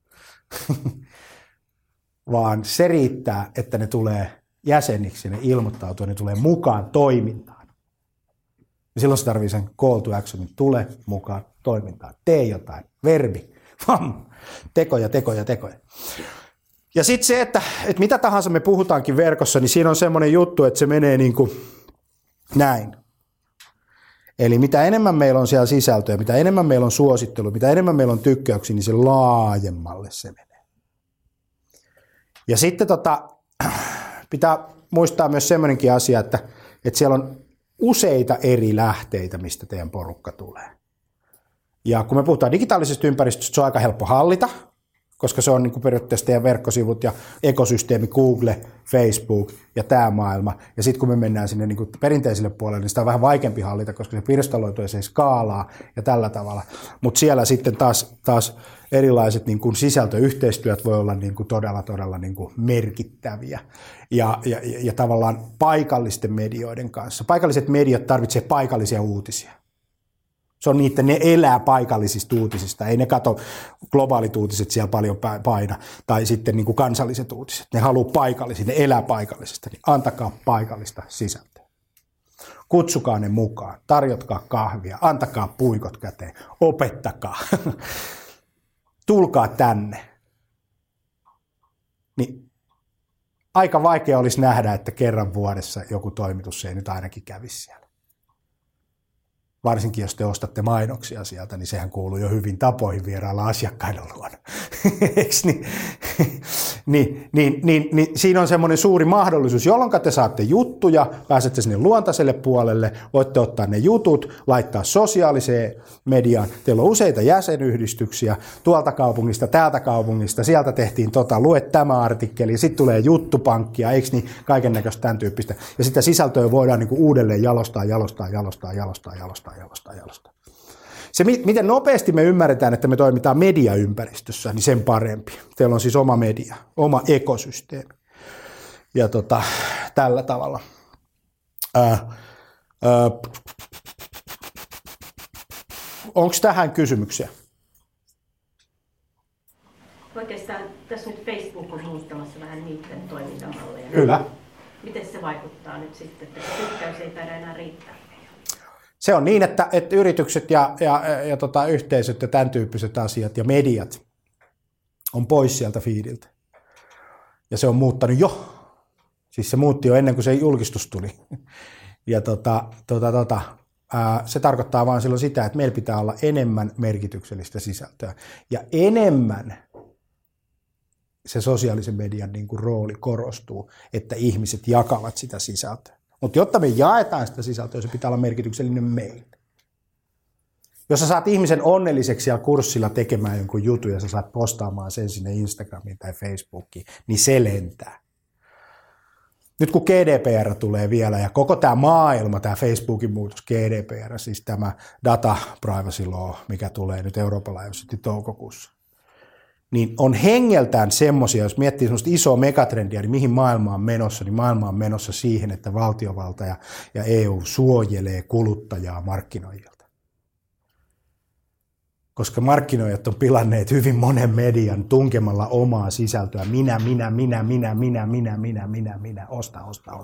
S10: vaan se riittää, että ne tulee jäseniksi, ne ilmoittautuu, ne tulee mukaan toimintaan. Ja silloin se tarvii sen call to actionin, tule mukaan toimintaan, tee jotain, verbi, tekoja. Ja sitten se, että mitä tahansa me puhutaankin verkossa, niin siinä on semmoinen juttu, että se menee niin kuin näin. Eli mitä enemmän meillä on siellä sisältöä, mitä enemmän meillä on suosittelu, mitä enemmän meillä on tykkäyksiä, niin se laajemmalle se menee. Ja sitten pitää muistaa myös semmoinenkin asia, että siellä on useita eri lähteitä, mistä teidän porukka tulee. Ja kun me puhutaan digitaalisesta ympäristöstä, se on aika helppo hallita, koska se on niin kuin periaatteessa teidän verkkosivut ja ekosysteemi, Google, Facebook ja tämä maailma. Ja sitten kun me mennään sinne niin kuin perinteiselle puolelle, niin sitä on vähän vaikeampi hallita, koska se pirstaloituu ja se skaalaa ja tällä tavalla. Mutta siellä sitten taas erilaiset niin kuin sisältöyhteistyöt voi olla niin kuin todella niin kuin merkittäviä. Ja tavallaan paikallisten medioiden kanssa. Paikalliset mediat tarvitsevat paikallisia uutisia. Se on niitä, ne elää paikallisista uutisista, ei ne kato globaalit uutiset siellä paljon paina, tai sitten niin kuin kansalliset uutiset. Ne haluaa paikallisia, ne elää paikallisesta, niin antakaa paikallista sisältöä. Kutsukaa ne mukaan, tarjotkaa kahvia, antakaa puikot käteen, opettakaa, tulkaa tänne. Niin aika vaikea olisi nähdä, että kerran vuodessa joku toimitus ei nyt ainakin kävisi siellä. Varsinkin jos te ostatte mainoksia sieltä, niin sehän kuuluu jo hyvin tapoihin vierailla asiakkaiden luona. niin siinä on semmoinen suuri mahdollisuus, jolloin te saatte juttuja, pääsette sinne luontaiselle puolelle, voitte ottaa ne jutut, laittaa sosiaaliseen mediaan. Teillä on useita jäsenyhdistyksiä tuolta kaupungista, täältä kaupungista, sieltä tehtiin lue tämä artikkeli, sitten tulee juttupankkia, eikö niin, kaiken näköistä tämän tyyppistä. Ja sitä sisältöä voidaan niin kuin uudelleen jalostaa. Se, miten nopeasti me ymmärretään, että me toimitaan mediaympäristössä, niin sen parempi. Teillä on siis oma media, oma ekosysteemi. Ja tällä tavalla. Onko tähän kysymyksiä?
S11: Oikeastaan tässä nyt Facebook on muuttamassa vähän niiden toimintamalleja.
S10: Kyllä.
S11: Miten se vaikuttaa nyt sitten, että se tykkäys ei taida enää riittää?
S10: Se on niin, että yritykset ja yhteisöt ja tämän tyyppiset asiat ja mediat on pois sieltä feediltä. Ja se on muuttanut jo. Siis se muutti jo ennen kuin se julkistus tuli. Ja se tarkoittaa vaan silloin sitä, että meillä pitää olla enemmän merkityksellistä sisältöä. Ja enemmän se sosiaalisen median niin kuin rooli korostuu, että ihmiset jakavat sitä sisältöä. Mutta jotta me jaetaan sitä sisältöä, se pitää olla merkityksellinen meille. Jos sä saat ihmisen onnelliseksi siellä kurssilla tekemään jonkun jutun ja sä saat postaamaan sen sinne Instagramiin tai Facebookiin, niin se lentää. Nyt kun GDPR tulee vielä ja koko tämä maailma, tämä Facebookin muutos, GDPR, siis tämä data privacy law, mikä tulee nyt Euroopan laajuisesti toukokuussa, niin on hengeltään semmoisia, jos miettii semmoista isoa megatrendiä, niin mihin maailma on menossa, niin maailma on menossa siihen, että valtiovalta ja EU suojelee kuluttajaa markkinoijilta. Koska markkinoijat on pilanneet hyvin monen median tunkemalla omaa sisältöä. Minä, osta.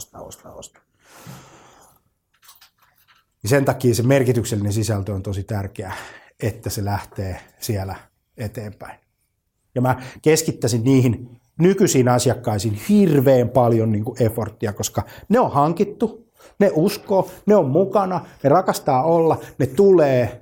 S10: Ja sen takia se merkityksellinen sisältö on tosi tärkeää, että se lähtee siellä eteenpäin. Ja mä keskittäisin niihin nykyisiin asiakkaisiin hirveän paljon niin kuin efforttia, koska ne on hankittu, ne uskoo, ne on mukana, ne rakastaa olla, ne tulee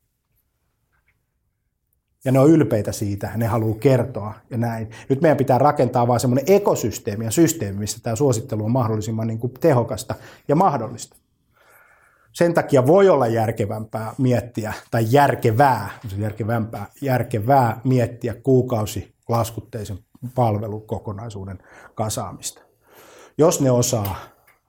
S10: ja ne on ylpeitä siitä, ne haluaa kertoa ja näin. Nyt meidän pitää rakentaa vaan semmoinen ekosysteemi ja systeemi, missä tämä suosittelu on mahdollisimman niin kuin tehokasta ja mahdollista. Sen takia voi olla järkevämpää miettiä, tai järkevää miettiä kuukausilaskutteisen palvelukokonaisuuden kasaamista. Jos ne osaa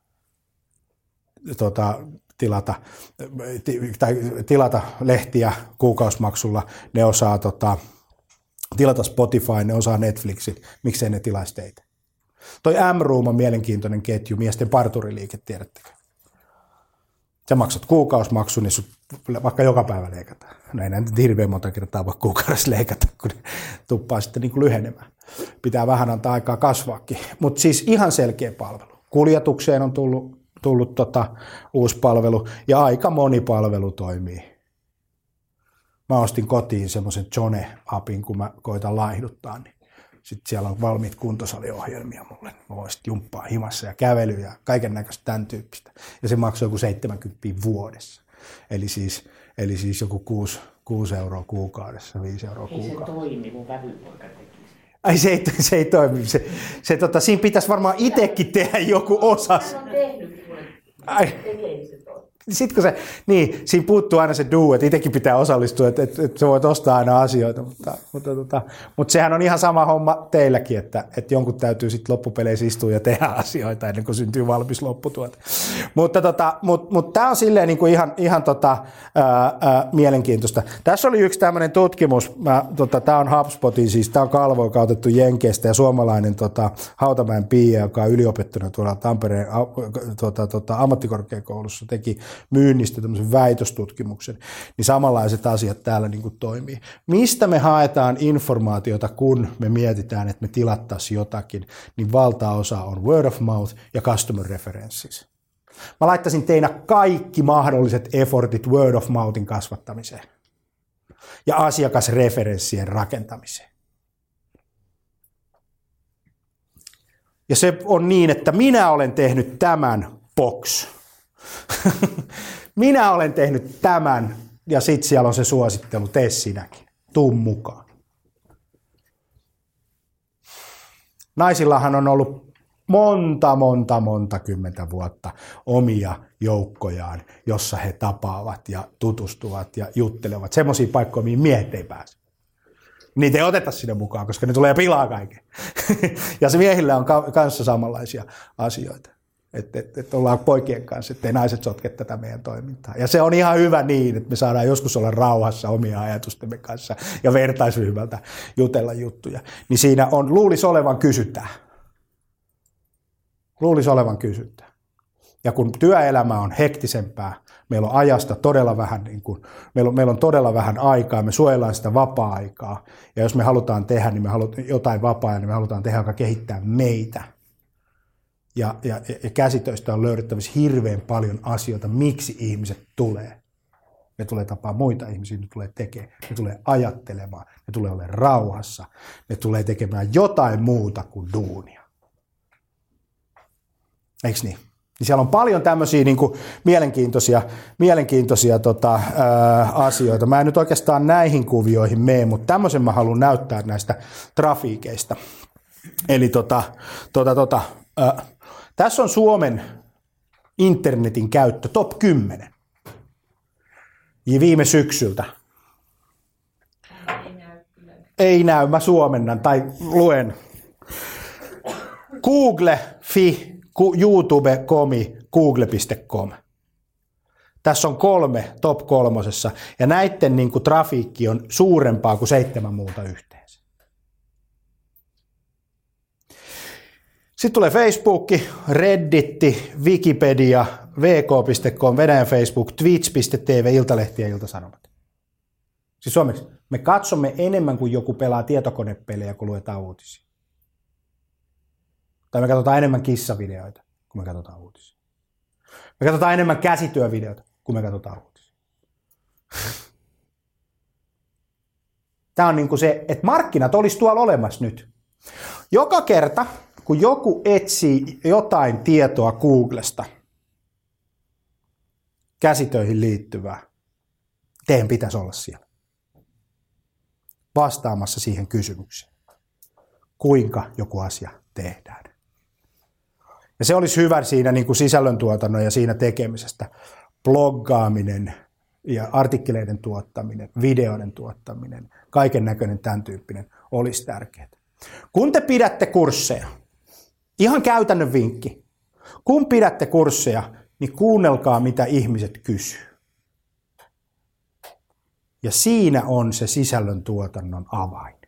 S10: tilata lehtiä kuukausimaksulla, ne osaa tilata Spotify, ne osaa Netflixit, miksei ne tilaisi teitä. Toi M-Room on mielenkiintoinen ketju, miesten parturiliike, tiedättekö? Sä maksat kuukausimaksun, niin sut vaikka joka päivä leikataan. No ei näin hirveän monta kertaa voi kuukaudessa leikata, kun tuppaa sitten niin kuin lyhenemään. Pitää vähän antaa aikaa kasvaakin. Mutta siis ihan selkeä palvelu. Kuljetukseen on tullut uusi palvelu ja aika moni palvelu toimii. Mä ostin kotiin semmoisen Jone-apin, kun mä koitan laihduttaa, niin sitten siellä on valmiit kuntosaliohjelmia mulle. Mä voin sitten jumppaa himassa ja kävelyä ja kaiken näköistä tämän tyyppistä. Ja se maksoi joku 70 vuodessa. Eli siis joku 6 euroa kuukaudessa, 5 euroa kuukaudessa.
S14: Ei se toimi, mun vävypoika teki.
S10: Ai se ei toimi. Siinä pitäisi varmaan itsekin tehdä joku osas.
S14: Hän on tehnyt, kun tekee se toimi.
S10: Sitten kun siinä puuttuu aina se do, että itsekin pitää osallistua, että sä voit ostaa aina asioita, mutta sehän on ihan sama homma teilläkin, että jonkun täytyy sitten loppupeleissä istua ja tehdä asioita ennen kuin syntyy valmis lopputuote. Mutta tämä on silleen niin kuin ihan mielenkiintoista. Tässä oli yksi tämmöinen tutkimus, tämä on HubSpotin, siis tämä on kalvo, joka on otettu Jenkeistä ja suomalainen Hautamäen Pia, joka on yliopettuna tuolla Tampereen ammattikorkeakoulussa, teki myynnistä tämmöisen väitöstutkimuksen, niin samanlaiset asiat täällä niin kuin toimii. Mistä me haetaan informaatiota, kun me mietitään, että me tilattaisiin jotakin, niin valtaosa on word of mouth ja customer references. Mä laittaisin teinä kaikki mahdolliset effortit word of mouthin kasvattamiseen ja asiakasreferenssien rakentamiseen. Ja se on niin, että minä olen tehnyt tämän box. Minä olen tehnyt tämän ja sitten siellä on se suosittelu, tee sinäkin, tuu mukaan. Naisillahan on ollut monta kymmentä vuotta omia joukkojaan, jossa he tapaavat ja tutustuvat ja juttelevat. Semmoisia paikkoja, mihin miehet ei pääse. Niitä ei oteta sinne mukaan, koska ne tulee pilaa kaiken. Ja se miehillä on kanssa samanlaisia asioita. Että ollaan poikien kanssa, ettei naiset sotke tätä meidän toimintaa. Ja se on ihan hyvä niin, että me saadaan joskus olla rauhassa omia ajatustemme kanssa ja vertaisryhmältä jutella juttuja. Niin siinä luulisi olevan kysyntää. Ja kun työelämä on hektisempää, meillä on ajasta todella vähän, meillä on todella vähän aikaa, me suojellaan sitä vapaa-aikaa. Ja jos me halutaan tehdä jotain vapaa-aikaa, niin me halutaan tehdä, joka kehittää meitä. Ja käsitöistä on löydettävissä hirveän paljon asioita, miksi ihmiset tulee. Ne tulee tapaa muita ihmisiä, ne tulee tekemään, ne tulee ajattelemaan, ne tulee olemaan rauhassa, ne tulee tekemään jotain muuta kuin duunia. Eikö niin? Niin siellä on paljon tämmöisiä niin kuin mielenkiintoisia asioita. Mä en nyt oikeastaan näihin kuvioihin mene, mutta tämmöisen mä haluan näyttää näistä trafiikeista. Eli tässä on Suomen internetin käyttö top 10. viime syksyltä. Ei näy, mä suomennan tai luen. Google.fi, YouTube.comi, google.com. Tässä on 3 top 3 ja näiden niin kuin trafiikki on suurempaa kuin 7 muuta yhteensä. Sitten tulee Facebook, Reddit, Wikipedia, vk.com, Venäjän Facebook, twitch.tv, Iltalehti ja Ilta-Sanomat. Siis suomeksi, me katsomme enemmän kuin joku pelaa tietokonepelejä, kun luetaan uutisia. Tai me katsotaan enemmän kissavideoita, kun me katsotaan uutisia. Me katsotaan enemmän käsityövideoita, kun me katsotaan uutisia. Tämä on niin kuin se, että markkinat olisi tuolla olemassa nyt. Joka kerta, kun joku etsii jotain tietoa Googlesta käsitöihin liittyvää, teidän pitäisi olla siellä vastaamassa siihen kysymykseen, kuinka joku asia tehdään. Ja se olisi hyvä siinä niin kuin sisällöntuotannon ja siinä tekemisestä. Bloggaaminen ja artikkeleiden tuottaminen, videoiden tuottaminen, kaiken näköinen tämän tyyppinen olisi tärkeää. Kun te pidätte kursseja, ihan käytännön vinkki, kun pidätte kursseja, niin kuunnelkaa mitä ihmiset kysyy. Ja siinä on se sisällöntuotannon avain.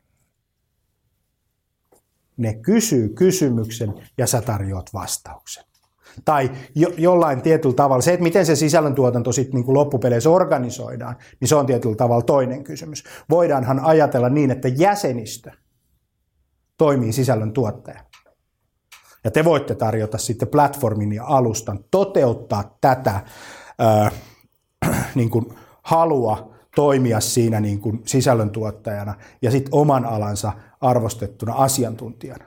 S10: Ne kysyy kysymyksen ja sä tarjoat vastauksen. Tai jollain tietyllä tavalla, se, että miten se sisällöntuotanto sitten niin kuin loppupeleissä organisoidaan, niin se on tietyllä tavalla toinen kysymys. Voidaanhan ajatella niin, että jäsenistö toimii sisällöntuottaja. Ja te voitte tarjota sitten platformin ja alustan toteuttaa tätä niin kuin halua toimia siinä niin kuin sisällöntuottajana ja sitten oman alansa arvostettuna asiantuntijana.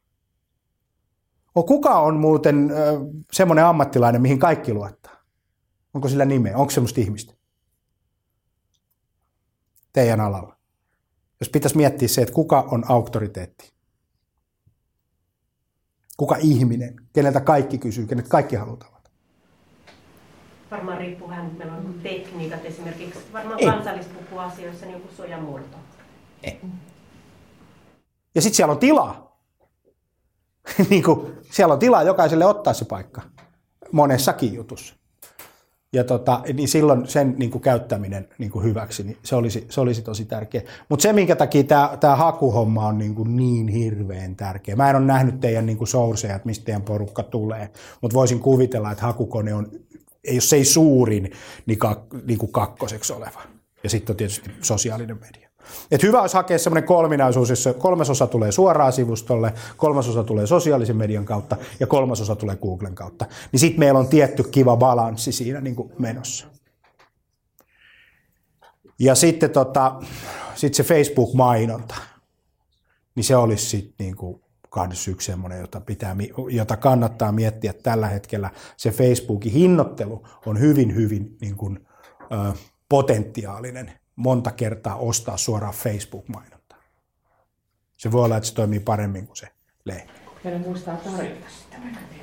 S10: Kuka on muuten semmoinen ammattilainen, mihin kaikki luottaa? Onko sillä nimeä? Onko semmoista ihmistä? Teidän alalla. Jos pitäisi miettiä se, että kuka on auktoriteetti. Kuka ihminen, keneltä kaikki kysyy, kenet kaikki haluaa tavata.
S11: Varmaan riippuu vähän, että meillä on tekniikat esimerkiksi. Varmaan kansallispukuasioissa niin joku sojamurto.
S10: Ei. Ja sitten siellä on tilaa. Niin kuin, siellä on tilaa jokaiselle ottaa se paikka monessakin jutussa. Ja niin silloin sen niin kuin käyttäminen niin kuin hyväksi, niin se olisi tosi tärkeä. Mutta se, minkä takia tämä hakuhomma on niin hirveän tärkeä. Mä en ole nähnyt teidän niin kuin sourceja, että mistä teidän porukka tulee, mutta voisin kuvitella, että hakukone on, jos ei suurin, niin kuin kakkoseksi oleva. Ja sitten on tietysti sosiaalinen media. Et hyvä olisi hakea semmoinen kolminaisuus, jossa 3/3 tulee suoraan sivustolle, 3/3 tulee sosiaalisen median kautta ja 3/3 tulee Googlen kautta. Niin sitten meillä on tietty kiva balanssi siinä niin kuin menossa. Ja sitten se Facebook-mainonta, niin se olisi sitten niin kuin kans yksi semmoinen, jota kannattaa miettiä tällä hetkellä. Se Facebookin hinnoittelu on hyvin niin kuin, potentiaalinen. Monta kertaa ostaa suoraan Facebook-mainontaa. Se voi olla, että se toimii paremmin kuin se lehti.
S14: Ja ne muistaa tarjota sitä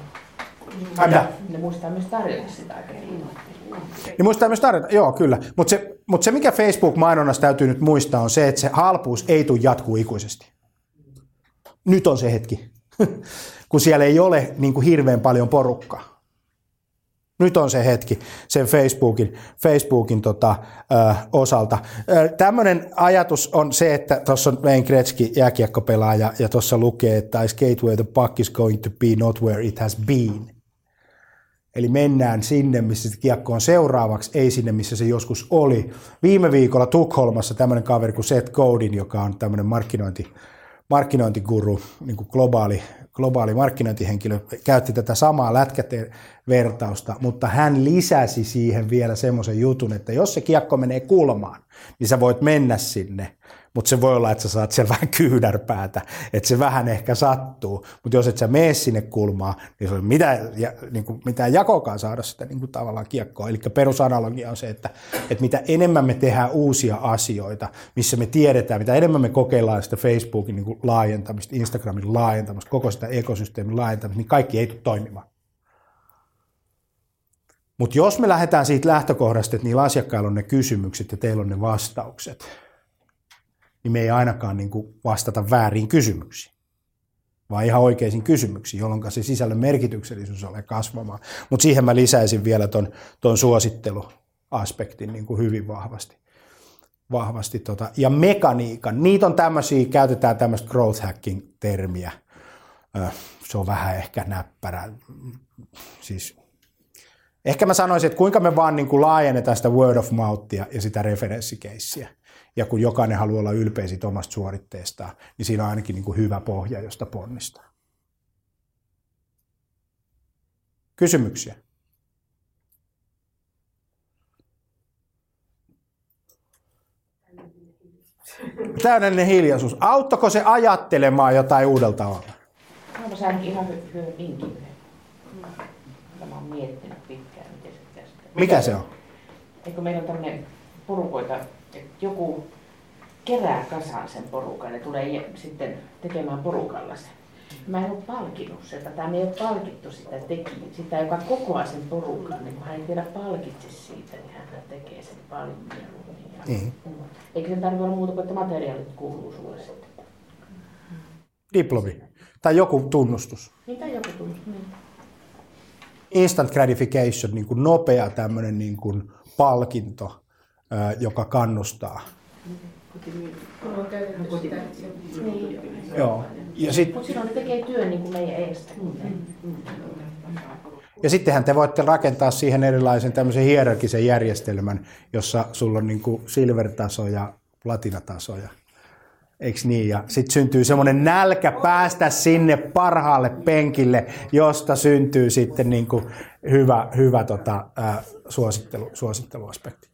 S10: Ne
S14: muistaa myös tarjota sitä aika hyvin.
S10: Niin muistaa myös tarjota, joo kyllä. Mutta se mikä Facebook-mainonnassa täytyy nyt muistaa on se, että se halpuus ei tule jatkuu ikuisesti. Nyt on se hetki, kun siellä ei ole niin kuin hirveän paljon porukkaa. Nyt on se hetki sen Facebookin osalta. Tämmöinen ajatus on se, että tuossa on Wayne Gretzky jääkiekkopelaaja ja tuossa lukee, että I skate where the puck is going to be, not where it has been. Eli mennään sinne, missä se kiekko on seuraavaksi, ei sinne, missä se joskus oli. Viime viikolla Tukholmassa tämmöinen kaveri kuin Seth Godin, joka on tämmöinen markkinointiguru, niin kuin globaali markkinointihenkilö, käytti tätä samaa lätkävertausta, mutta hän lisäsi siihen vielä semmoisen jutun, että jos se kiekko menee kulmaan, niin sä voit mennä sinne, mutta se voi olla, että sä saat siellä vähän kyynärpäätä, että se vähän ehkä sattuu, mutta jos et sä mene sinne kulmaan, niin se on mitään jakokaan saada sitä niin kuin tavallaan kiekkoa. Eli perusanalogia on se, että mitä enemmän me tehdään uusia asioita, missä me tiedetään, mitä enemmän me kokeillaan sitä Facebookin niin kuin laajentamista, Instagramin laajentamista, koko sitä ekosysteemin laajentamista, niin kaikki ei tule toimimaan. Mutta jos me lähdetään siitä lähtökohdasta, että niillä asiakkailla on ne kysymykset ja teillä on ne vastaukset, niin me ei ainakaan niin kuin vastata väärin kysymyksiin, vaan ihan oikeisiin kysymyksiin, jolloin se sisällön merkityksellisyys tulee kasvamaan. Mutta siihen mä lisäisin vielä ton suositteluaspektin niin kuin hyvin vahvasti. Ja mekaniikan, niitä on tämmöisiä, käytetään tämmöistä growth hacking-termiä. Se on vähän ehkä näppärä. Siis, ehkä mä sanoisin, että kuinka me vaan niin kuin laajennetaan sitä word of mouthia ja sitä referenssikeissiä. Ja kun jokainen haluaa olla ylpeä siitä omasta suoritteestaan, niin siinä on ainakin niin kuin hyvä pohja, josta ponnistaa. Kysymyksiä? Täydellinen hiljaisuus. Auttako se ajattelemaan jotain uudella tavalla?
S14: Onko se ainakin ihan hyvä vinkki? Mä oon miettinyt pitkään, miten se käsitellä.
S10: Mikä se on?
S14: Eikö meillä on tämmöinen porukoita, että joku kerää kasaan sen porukan ja tulee sitten tekemään porukalla sen. Mä en ole palkinnut sitä, tai me ei ole palkittu sitä joka kokoaa sen porukan, niin kun hän ei vielä palkitse siitä, niin hän tekee sen paljon mieluummin. Eikö sen tarvitse olla muuta kuin, että materiaalit kuuluu sulle sitten?
S10: Diplomi. Tai joku tunnustus.
S14: Mitä joku tunnustus? Niin.
S10: Instant gratification, niin kuin nopea tämmöinen niin kuin palkinto, joka kannustaa. Joo.
S14: Mutta silloin ne tekee työn niin kuin meidän eestä.
S10: Ja sittenhän te voitte rakentaa siihen erilaisen tämmöisen hierarkisen järjestelmän, jossa sulla on niin kuin silver-taso ja platinatasoja. Eikö niin? Ja sitten syntyy semmoinen nälkä päästä sinne parhaalle penkille, josta syntyy sitten niin kuin hyvä suositteluaspekti.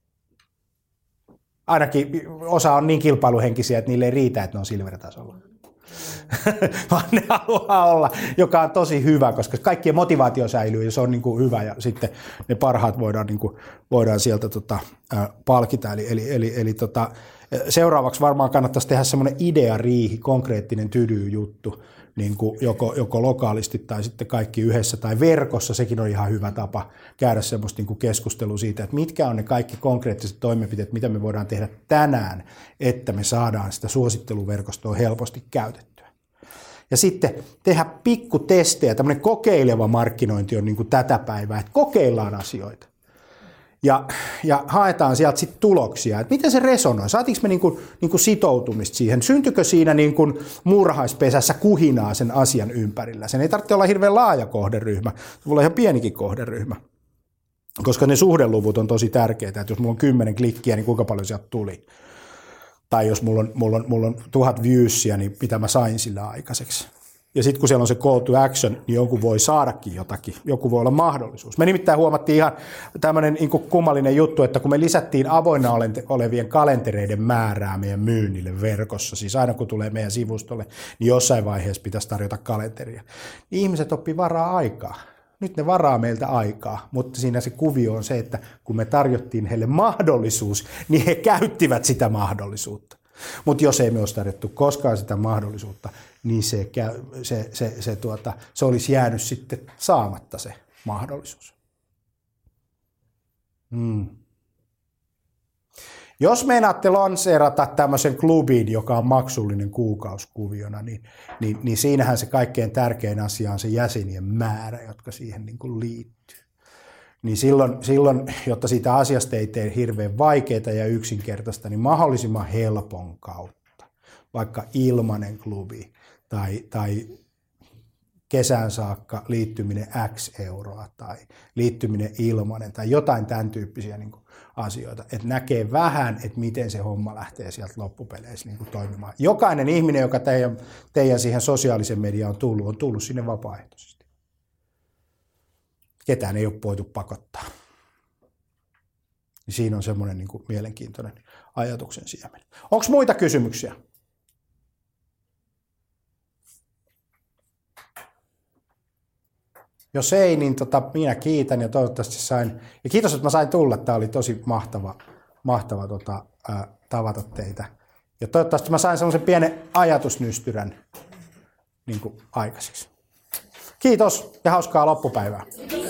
S10: Ainakin osa on niin kilpailuhenkisiä, että niille ei riitä, että ne on silver-tasolla. Vaan ne haluaa olla, joka on tosi hyvä, koska kaikkien motivaatio säilyy ja se on niin kuin hyvä ja sitten ne parhaat voidaan sieltä palkita. Eli seuraavaksi varmaan kannattaisi tehdä semmoinen ideariihi, konkreettinen juttu, niin kuin joko lokaalisti tai sitten kaikki yhdessä tai verkossa. Sekin on ihan hyvä tapa käydä semmoista niin kuin keskustelua siitä, että mitkä on ne kaikki konkreettiset toimenpiteet, mitä me voidaan tehdä tänään, että me saadaan sitä suositteluverkostoa helposti käytettyä. Ja sitten tehdä pikkutestejä, tämmöinen kokeileva markkinointi on niin kuin tätä päivää, että kokeillaan asioita. Ja haetaan sieltä sitten tuloksia, että miten se resonoi, saatiinko me niin kuin sitoutumista siihen, syntyykö siinä niin kuin muurahaispesässä kuhinaa sen asian ympärillä. Sen ei tarvitse olla hirveän laaja kohderyhmä, se voi olla ihan pienikin kohderyhmä, koska ne suhdeluvut on tosi tärkeitä, että jos mulla on 10 klikkiä, niin kuinka paljon sieltä tuli. Tai jos mulla on 1000 viewsia, niin mitä mä sain sillä aikaiseksi. Ja sitten kun siellä on se call to action, niin joku voi saadakin jotakin, joku voi olla mahdollisuus. Me nimittäin huomattiin ihan tämmöinen niin kuin kummallinen juttu, että kun me lisättiin avoinna olevien kalentereiden määrää meidän myynnille verkossa, siis aina kun tulee meidän sivustolle, niin jossain vaiheessa pitäisi tarjota kalenteria. Niin ihmiset oppii varaa aikaa. Nyt ne varaa meiltä aikaa, mutta siinä se kuvio on se, että kun me tarjottiin heille mahdollisuus, niin he käyttivät sitä mahdollisuutta. Mutta jos ei me olisi tarjottu koskaan sitä mahdollisuutta, niin se olisi jäänyt sitten saamatta se mahdollisuus. Jos meinaatte lanseerata tämmöisen klubin, joka on maksullinen kuukausikuviona, niin siinähän se kaikkein tärkein asia on se jäsenien määrä, jotka siihen niin kuin liittyy. Niin silloin, jotta siitä asiasta ei tee hirveän vaikeaa ja yksinkertaista, niin mahdollisimman helpon kautta, vaikka ilmainen klubi tai kesään saakka liittyminen X euroa tai liittyminen ilmainen tai jotain tämän tyyppisiä niin kuin asioita, että näkee vähän, että miten se homma lähtee sieltä loppupeleissä niin kuin toimimaan. Jokainen ihminen, joka teidän siihen sosiaalisen mediaan on tullut sinne vapaaehtoisesti. Ketään ei ole voitu pakottaa. Siinä on semmoinen niin kuin mielenkiintoinen ajatuksen siemen. Onko muita kysymyksiä? Jos ei, niin minä kiitän ja toivottavasti sain. Ja kiitos, että mä sain tulla. Tämä oli tosi mahtava tavata teitä. Ja toivottavasti mä sain semmoisen pienen ajatusnystyrän niin kuin aikaiseksi. Kiitos ja hauskaa loppupäivää.